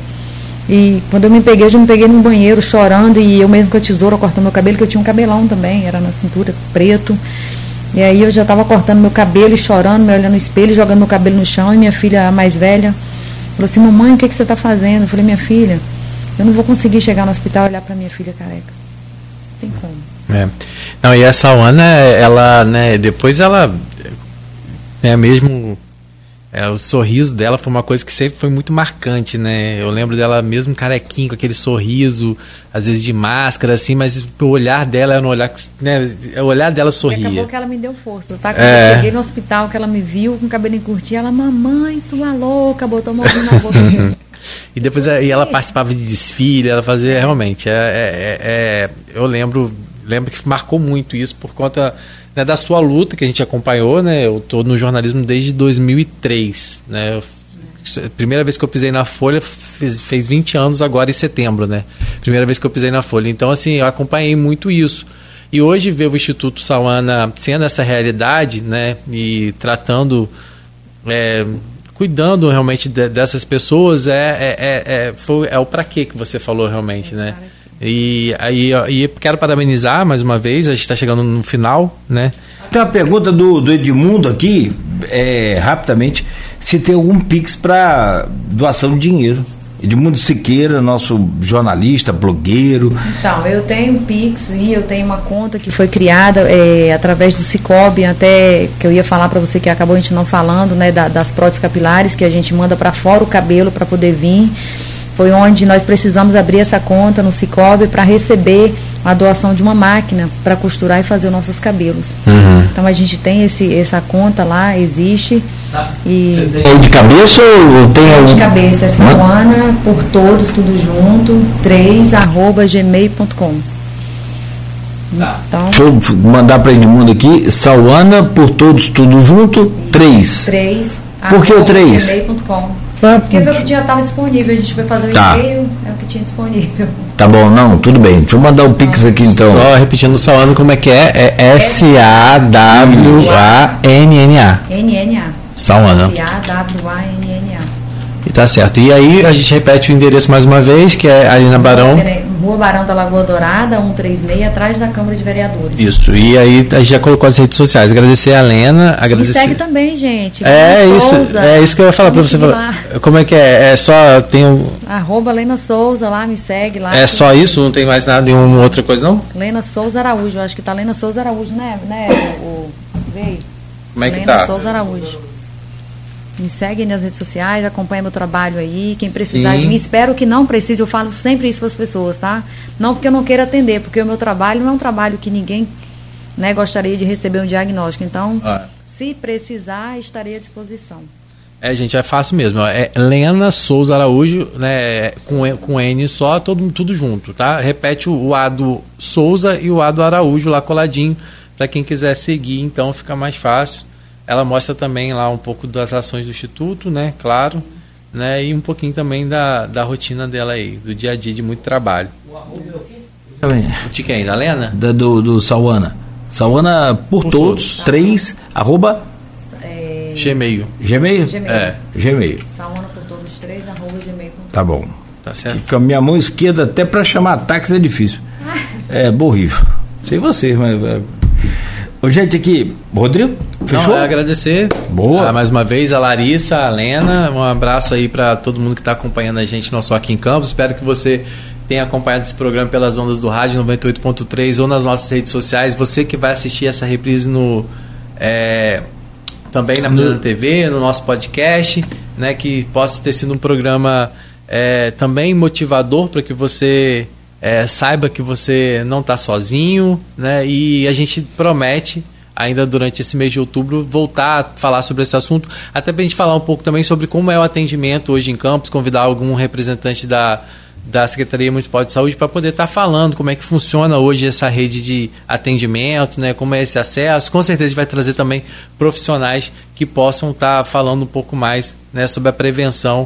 e quando eu me peguei, eu já me peguei no banheiro chorando e eu mesmo com a tesoura cortando meu cabelo, que eu tinha um cabelão também, era na cintura, preto. E aí eu já estava cortando meu cabelo e chorando, me olhando no espelho, jogando meu cabelo no chão, e minha filha, a mais velha, falou assim, mamãe, o que, que você está fazendo? Eu falei, minha filha, eu não vou conseguir chegar no hospital e olhar para minha filha careca. Não tem como. É. Não, e a Sauana, ela, né, depois ela, né, mesmo, é, o sorriso dela foi uma coisa que sempre foi muito marcante, né? Eu lembro dela mesmo carequinho, com aquele sorriso, às vezes de máscara, assim, mas o olhar dela era um olhar, né, o olhar dela sorria. E acabou que ela me deu força, tá? Quando é. eu cheguei no hospital, que ela me viu com o cabelo encurtido, ela, mamãe, sua louca, botou a mãozinha na boca. E depois e ela participava de desfile, ela fazia, realmente, é, é, é, eu lembro, lembro que marcou muito isso por conta... Né, da sua luta que a gente acompanhou, né? Eu estou no jornalismo desde dois mil e três, né? Eu, a primeira vez que eu pisei na Folha fez, fez vinte anos agora em setembro, né? Primeira vez que eu pisei na Folha. Então, assim, eu acompanhei muito isso. E hoje ver o Instituto Sauana sendo essa realidade, né? E tratando, é, cuidando realmente de, dessas pessoas, é, é, é, é, foi, é o pra quê que você falou realmente, né? E aí e quero parabenizar mais uma vez, a gente está chegando no final, né? Tem uma pergunta do, do Edmundo aqui, é, rapidamente, se tem algum Pix para doação de dinheiro. Edmundo Siqueira, nosso jornalista, blogueiro. Então, eu tenho um Pix e eu tenho uma conta que foi criada é, através do Cicobi, até que eu ia falar para você que acabou a gente não falando, né, da, das próteses capilares, que a gente manda para fora o cabelo para poder vir. Foi onde nós precisamos abrir essa conta no Cicobi para receber a doação de uma máquina para costurar e fazer os nossos cabelos. Uhum. Então a gente tem esse, essa conta lá, existe. Ah, e é de cabeça ou tem é algum? De cabeça, é Sauana por todos, tudo junto, três arroba gmail ponto com. Então, deixa eu mandar para Edmundo aqui, Sauana por todos, tudo junto, três. três. Por que o três? gmail ponto com. Porque foi o que já estava disponível, a gente foi fazer o tá. e-mail, é o que tinha disponível. Tá bom, não, tudo bem. Deixa eu mandar o Pix aqui então. Só repetindo, Sauana, como é que é? É S A W A N N A. N N A. Sauana. S A W A N N A. E tá certo. E aí a gente repete o endereço mais uma vez, que é ali na Barão. Rua Barão da Lagoa Dourada, cento e trinta e seis, atrás da Câmara de Vereadores. Isso, e aí a gente já colocou as redes sociais. Agradecer a Lena, agradecer... Me segue também, gente. É Lena isso, Souza, é isso que eu ia falar para você. Falar. Como é que é? É só, tem um... Arroba Lena Souza lá, me segue lá. É só isso? Não tem mais nada, nenhuma outra coisa, não? Lena Souza Araújo, eu acho que tá Lena Souza Araújo, né? né o, veio. Como é que Lena tá? Souza Araújo. Me segue nas redes sociais, acompanha meu trabalho aí. Quem precisar Sim. de mim, espero que não precise, eu falo sempre isso para as pessoas, tá? Não porque eu não queira atender, porque o meu trabalho não é um trabalho que ninguém, né, gostaria de receber um diagnóstico. Então, ah. se precisar, estarei à disposição. É, gente, é fácil mesmo. É Lena Souza Araújo, né? Com, com N só, todo, tudo junto, tá? Repete o, o A do Souza e o A do Araújo lá coladinho, para quem quiser seguir, então fica mais fácil. Ela mostra também lá um pouco das ações do Instituto, né? Claro, né? E um pouquinho também da, da rotina dela aí, do dia a dia de muito trabalho. O arroba é o quê? O de quem? Da Lena? Da, do, do Sauana. Sauana por, por todos, todos. três, arroba... É... Gmail. Gmail? Gmail. É, Gmail. Sauana por todos, três, arroba gmail. Tá bom. Tá certo. Com a minha mão esquerda, até para chamar táxi é difícil. É horrível. Sei você, mas... Ô, gente, aqui, Rodrigo, fechou? Não, é agradecer. Boa. Ah, mais uma vez a Larissa, a Lena, um abraço aí para todo mundo que está acompanhando a gente, não só aqui em Campos. Espero que você tenha acompanhado esse programa pelas ondas do rádio noventa e oito ponto três ou nas nossas redes sociais. Você que vai assistir essa reprise no é, também na no... T V, no nosso podcast, né, que possa ter sido um programa é, também motivador para que você É, saiba que você não está sozinho, né? E a gente promete, ainda durante esse mês de outubro, voltar a falar sobre esse assunto, até para a gente falar um pouco também sobre como é o atendimento hoje em Campos, convidar algum representante da, da Secretaria Municipal de Saúde para poder estar tá falando como é que funciona hoje essa rede de atendimento, né? Como é esse acesso. Com certeza a gente vai trazer também profissionais que possam estar tá falando um pouco mais, né, sobre a prevenção,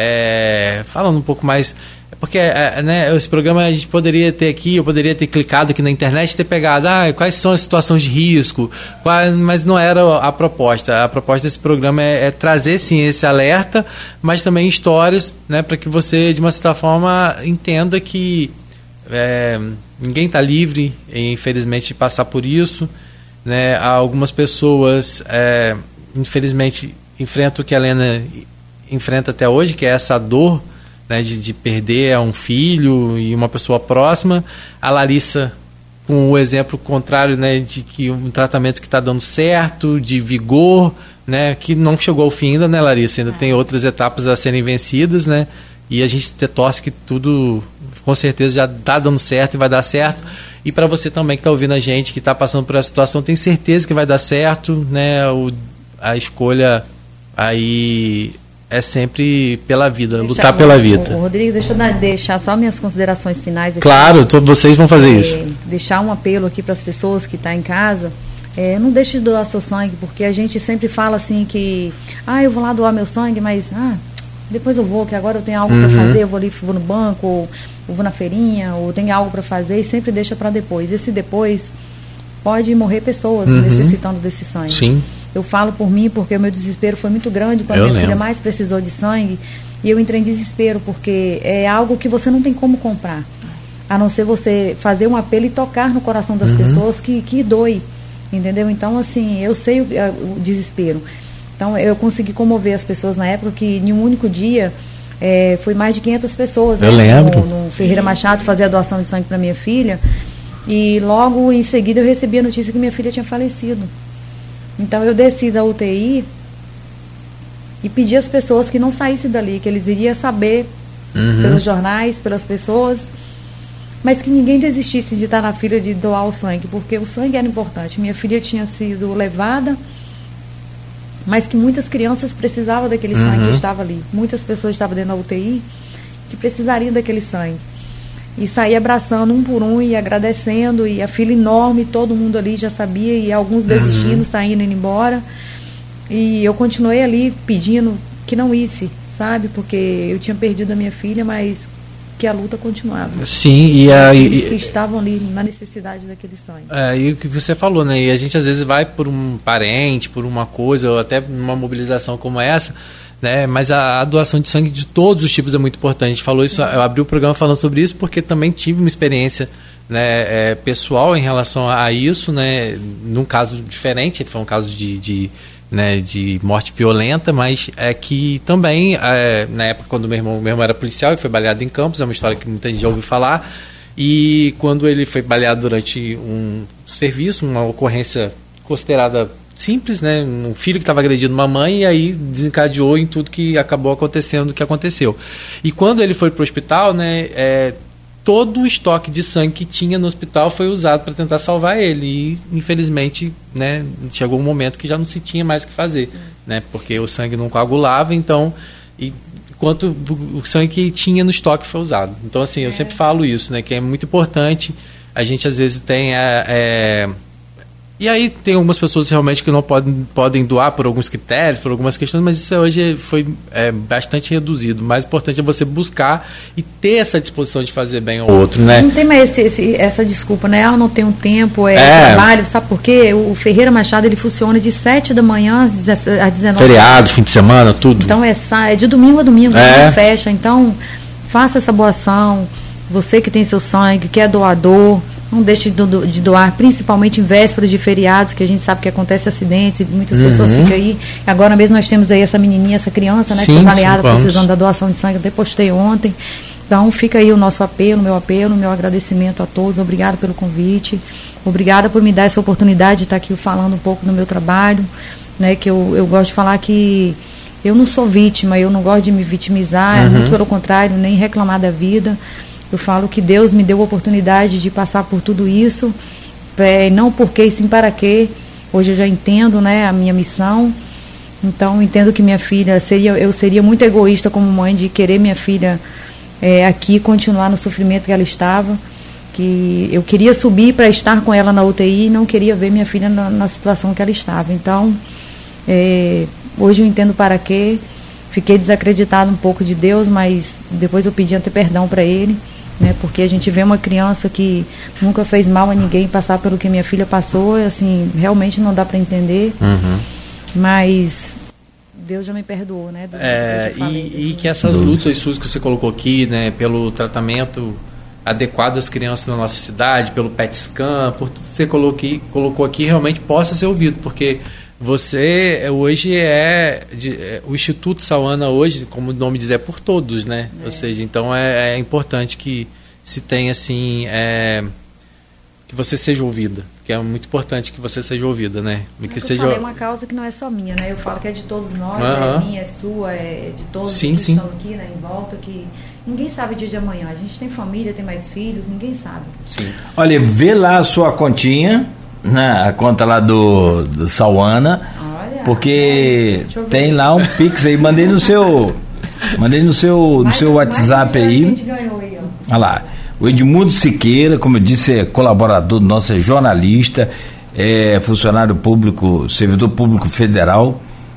é, falando um pouco mais... Porque é, né, esse programa a gente poderia ter aqui, eu poderia ter clicado aqui na internet e ter pegado ah, quais são as situações de risco, qual, mas não era a proposta. A proposta desse programa é, é trazer sim esse alerta, mas também histórias, né, para que você, de uma certa forma, entenda que é, ninguém está livre, infelizmente, de passar por isso. Né? Algumas pessoas, é, infelizmente, enfrentam o que a Lena enfrenta até hoje, que é essa dor, né, de, de perder um filho e uma pessoa próxima. A Larissa, com o exemplo contrário, né, de que um tratamento que está dando certo, de vigor, né, que não chegou ao fim ainda, né, Larissa? Ainda é. Tem outras etapas a serem vencidas, né? E a gente torce que tudo, com certeza, já está dando certo e vai dar certo. E para você também que está ouvindo a gente, que está passando por essa situação, tem certeza que vai dar certo, né? O, a escolha aí... é sempre pela vida, deixa, lutar pela vida. O Rodrigo, deixa eu deixar só minhas considerações finais aqui. Claro, todos vocês vão fazer é, isso. Deixar um apelo aqui para as pessoas que estão em casa. É, não deixe de doar seu sangue, porque a gente sempre fala assim que, ah, eu vou lá doar meu sangue, mas ah, depois eu vou, que agora eu tenho algo uhum. para fazer, eu vou ali, vou no banco, ou eu vou na feirinha, ou tenho algo para fazer, e sempre deixa para depois. Esse depois pode morrer pessoas uhum. necessitando desse sangue. Sim. Eu falo por mim porque o meu desespero foi muito grande quando a minha lembro. filha mais precisou de sangue, e eu entrei em desespero porque é algo que você não tem como comprar, a não ser você fazer um apelo e tocar no coração das uhum. pessoas que, que doe, entendeu? Então, assim, eu sei o, o desespero. Então, eu consegui comover as pessoas na época que em um único dia é, foi mais de quinhentas pessoas, eu né, lembro. No, no Ferreira Machado fazer a doação de sangue para minha filha, e logo em seguida eu recebi a notícia que minha filha tinha falecido. Então eu desci da U T I e pedi às pessoas que não saíssem dali, que eles iriam saber uhum. pelos jornais, pelas pessoas, mas que ninguém desistisse de estar na fila de doar o sangue, porque o sangue era importante. Minha filha tinha sido levada, mas que muitas crianças precisavam daquele uhum. sangue que estava ali. Muitas pessoas estavam dentro da U T I que precisariam daquele sangue. E saí abraçando um por um e agradecendo, e a fila enorme, todo mundo ali já sabia, e alguns desistindo, uhum. saindo, indo embora. E eu continuei ali pedindo que não isse, sabe? Porque eu tinha perdido a minha filha, mas que a luta continuava. Sim, e aí que estavam ali na necessidade daquele sangue. É, e o que você falou, né? E a gente às vezes vai por um parente, por uma coisa, ou até numa mobilização como essa, né? Mas a, a doação de sangue de todos os tipos é muito importante. A gente falou isso, eu abri o programa falando sobre isso porque também tive uma experiência, né, é, pessoal em relação a isso, né? Num caso diferente, foi um caso de, de né, de morte violenta, mas é que também, é, na época quando meu irmão, meu irmão era policial e foi baleado em Campos, é uma história que muita gente já ouviu falar, e quando ele foi baleado durante um serviço, uma ocorrência considerada simples, né, um filho que estava agredindo uma mãe, e aí desencadeou em tudo que acabou acontecendo o que aconteceu. E quando ele foi para o hospital, né, é, todo o estoque de sangue que tinha no hospital foi usado para tentar salvar ele, e infelizmente, né, chegou um momento que já não se tinha mais o que fazer, né, porque o sangue não coagulava, então, e, enquanto o sangue que tinha no estoque foi usado. Então, assim, eu é. sempre falo isso, né, que é muito importante. A gente às vezes tem é, é, e aí tem algumas pessoas realmente que não podem, podem doar por alguns critérios, por algumas questões, mas isso hoje foi é, bastante reduzido. O mais importante é você buscar e ter essa disposição de fazer bem ao outro, né? Não tem mais esse, esse, essa desculpa, né? Ah, não tenho tempo, é, é trabalho, sabe por quê? O Ferreira Machado, ele funciona de sete da manhã às dezenove. Feriado, fim de semana, tudo. Então é, é de domingo a domingo, é. não fecha. Então, faça essa boa ação. Você que tem seu sangue, que é doador, não deixe de doar, principalmente em vésperas de feriados, que a gente sabe que acontece acidentes e muitas uhum. pessoas ficam aí. Agora mesmo nós temos aí essa menininha, essa criança, né, sim, que foi baleada precisando da doação de sangue. Eu até postei ontem. Então fica aí o nosso apelo, meu apelo, meu agradecimento a todos. Obrigada pelo convite. Obrigada por me dar essa oportunidade de estar aqui falando um pouco do meu trabalho, né, que eu, eu gosto de falar que eu não sou vítima, eu não gosto de me vitimizar, uhum. muito pelo contrário, nem reclamar da vida. Eu falo que Deus me deu a oportunidade de passar por tudo isso, é, não porque e sim para quê. Hoje eu já entendo, né, a minha missão. Então, entendo que minha filha, seria, eu seria muito egoísta como mãe de querer minha filha é, aqui continuar no sofrimento que ela estava. Que eu queria subir para estar com ela na U T I e não queria ver minha filha na, na situação que ela estava. Então, é, hoje eu entendo para quê. Fiquei desacreditado um pouco de Deus, mas depois eu pedi até perdão para Ele. Né, porque a gente vê uma criança que nunca fez mal a ninguém passar pelo que minha filha passou, assim, realmente não dá para entender, uhum. mas Deus já me perdoou, né? Do, é, do falei, e, e que essas lutas suas que você colocou aqui, né, pelo tratamento adequado às crianças na nossa cidade, pelo P E T scan, por tudo que você colocou aqui, colocou aqui realmente possa ser ouvido, porque você hoje é, de, é o Instituto Sauana hoje, como o nome diz, é por todos, né? É. Ou seja, então é, é importante que se tenha assim, é, que você seja ouvida, que é muito importante que você seja ouvida, né? E que eu seja falei, é uma causa que não é só minha, né? Eu falo que é de todos nós, uhum. é minha, é sua, é de todos sim, que sim. estão aqui, né, em volta, que ninguém sabe o dia de amanhã. A gente tem família, tem mais filhos, ninguém sabe. Sim. Olha, vê lá a sua continha, né, a conta lá do, do Sauana, olha, porque é, tem lá um Pix aí, mandei no seu mandei no seu, no seu WhatsApp aí. aí olha lá, o Edmundo Siqueira, como eu disse, é colaborador nosso, é jornalista, é funcionário público, servidor público federal,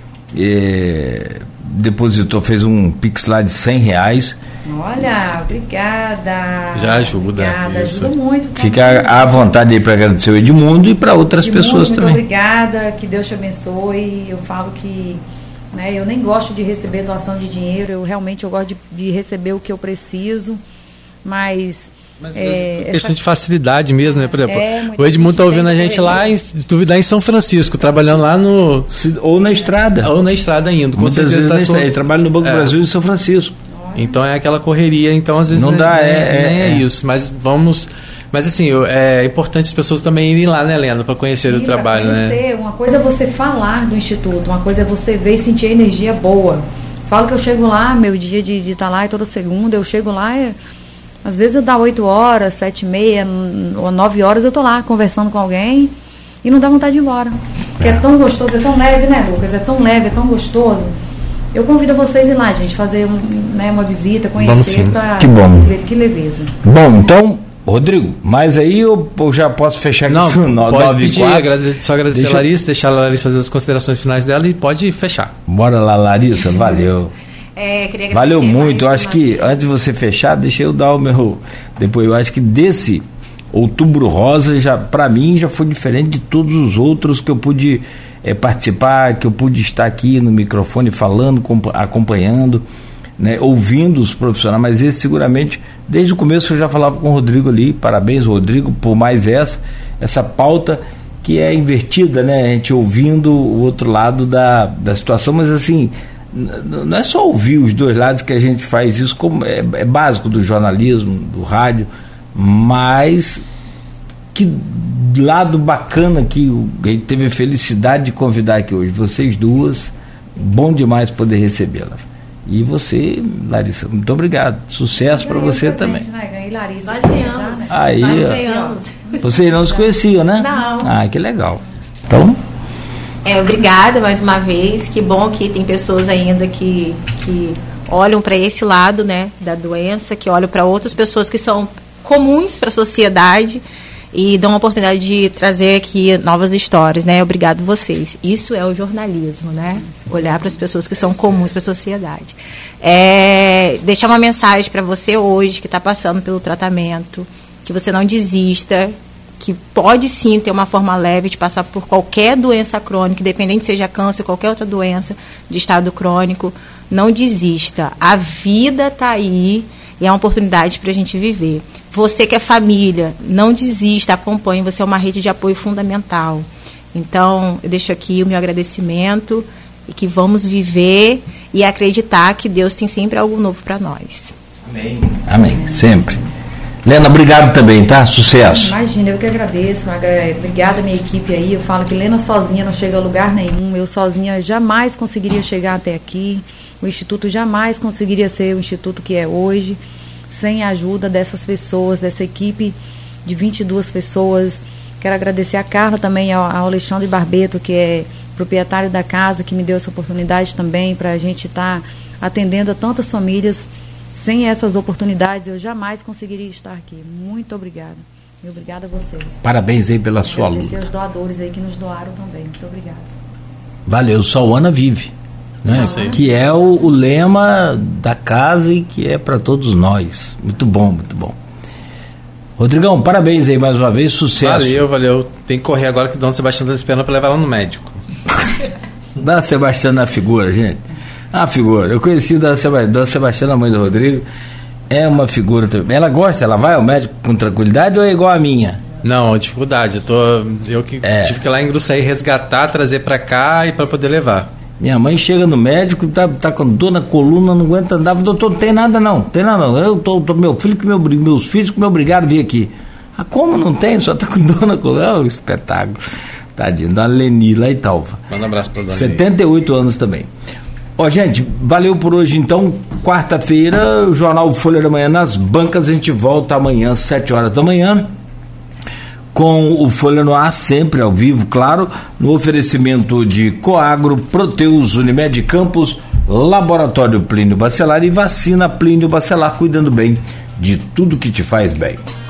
é, depositou, fez um Pix lá de cem reais. Olha, obrigada. Já ajuda. Obrigada, ajuda muito. Tá? Fica à vontade aí para agradecer o Edmundo e para outras Edmundo, pessoas muito também. Obrigada, que Deus te abençoe. Eu falo que, né, eu nem gosto de receber doação de dinheiro, eu realmente eu gosto de, de receber o que eu preciso, mas... Mas é, questão essa... de facilidade mesmo, né? Por exemplo, é, o Edmundo está ouvindo a gente lá em duvidar em São Francisco, trabalhando lá no... Ou na estrada. Ou na estrada indo. Com certeza tá todo... Ele trabalha no Banco do é. Brasil em São Francisco. Então é aquela correria, então às vezes não nem, dá, nem, é, nem é, é isso, mas vamos, mas assim, é importante as pessoas também irem lá, né, Helena, para conhecer Sim, o trabalho, conhecer. né? Uma coisa é você falar do Instituto, uma coisa é você ver e sentir a energia boa. Falo que eu chego lá, meu dia de estar tá lá é toda segunda, eu chego lá, é, às vezes dá oito horas, sete e meia, ou nove horas eu tô lá conversando com alguém e não dá vontade de ir embora. Porque é, é tão gostoso, é tão leve, né, Lucas? É tão leve, é tão gostoso. Eu convido vocês a ir lá, gente, fazer um, né, uma visita, conhecer, para vocês verem que leveza. Bom, então, Rodrigo, mas aí eu, eu já posso fechar aqui. Não, no, pode pedir, agrade, só agradecer Deixa... a Larissa, deixar a Larissa fazer as considerações finais dela e pode fechar. Bora lá, Larissa, valeu. É, queria agradecer Valeu muito. Eu mais acho uma que, vez. antes de você fechar, deixa eu dar o meu. Depois, eu acho que desse Outubro Rosa, já para mim, já foi diferente de todos os outros que eu pude é, participar, que eu pude estar aqui no microfone falando, comp- acompanhando, né, ouvindo os profissionais. Mas esse, seguramente, desde o começo eu já falava com o Rodrigo ali. Parabéns, Rodrigo, por mais essa, essa pauta que é invertida, né? A gente ouvindo o outro lado da, da situação, mas assim, n- não é só ouvir os dois lados que a gente faz isso, como é, é básico do jornalismo, do rádio, mas que lado bacana que o- a gente teve a felicidade de convidar aqui hoje, vocês duas, bom demais poder recebê-las. E você, Larissa, muito obrigado, sucesso para você também. Né? Ganhei Larissa. Nós ganhamos. Né? Aí, Nós ó. ganhamos. Vocês não se conheciam, né? Não. Ah, que legal. Então, É, obrigada mais uma vez. Que bom que tem pessoas ainda que, que olham para esse lado, né, da doença, que olham para outras pessoas que são comuns para a sociedade e dão a oportunidade de trazer aqui novas histórias, né? Obrigado vocês. Isso é o jornalismo, né? Olhar para as pessoas que são comuns para a sociedade. É, deixar uma mensagem para você hoje que está passando pelo tratamento, que você não desista, que pode sim ter uma forma leve de passar por qualquer doença crônica, independente seja câncer, qualquer outra doença de estado crônico. Não desista. A vida está aí e é uma oportunidade para a gente viver. Você que é família, não desista, acompanhe, você é uma rede de apoio fundamental. Então, eu deixo aqui o meu agradecimento e que vamos viver e acreditar que Deus tem sempre algo novo para nós. amém. Amém, sempre. Lena, obrigado também, tá? Sucesso. Imagina, eu que agradeço. agra- Obrigada, minha equipe aí. Eu falo que Lena sozinha não chega a lugar nenhum. Eu sozinha jamais conseguiria chegar até aqui. O Instituto jamais conseguiria ser o Instituto que é hoje, sem a ajuda dessas pessoas, dessa equipe de vinte e duas pessoas. Quero agradecer a Carla também, ao, ao Alexandre Barbeto, que é proprietário da casa, que me deu essa oportunidade também para a gente estar tá atendendo a tantas famílias. Sem essas oportunidades, eu jamais conseguiria estar aqui. Muito obrigada. E obrigada a vocês. Parabéns aí pela sua Agradecer luta. aos doadores aí que nos doaram também. Muito obrigada. Valeu, só o Ana vive, né? Isso aí. Que é o, o lema da casa e que é para todos nós. Muito bom, muito bom. Rodrigão, parabéns aí mais uma vez, sucesso. Valeu, valeu. Tem que correr agora que o Dona Sebastião está esperando para levar ela no médico. Dá a Sebastiana na figura, gente. Ah, figura. Eu conheci da Sebastiana, Sebastiana, a mãe do Rodrigo. É uma figura também. Ela gosta, ela vai ao médico com tranquilidade ou é igual a minha? Não, dificuldade. Eu, tô, eu que É. tive que ir lá em Gruçaí resgatar, trazer para cá e para poder levar. Minha mãe chega no médico, tá, tá com dor na coluna, não aguenta andar. Doutor, não tem nada não, tem nada não. Eu tô, tô meu filho, que meu, meus filhos que me obrigaram a vir aqui. Ah, como não tem? Só tá com dor na coluna. É um espetáculo. Tadinho, da Leni lá em Talva. Manda um abraço para Dona setenta e oito anos também. Ó, gente, valeu por hoje então. Quarta-feira, o Jornal Folha da Manhã nas bancas. A gente volta amanhã às sete horas da manhã com o Folha no Ar, sempre ao vivo, claro, no oferecimento de Coagro, Proteus, Unimed Campos, Laboratório Plínio Bacelar e Vacina Plínio Bacelar, cuidando bem de tudo que te faz bem.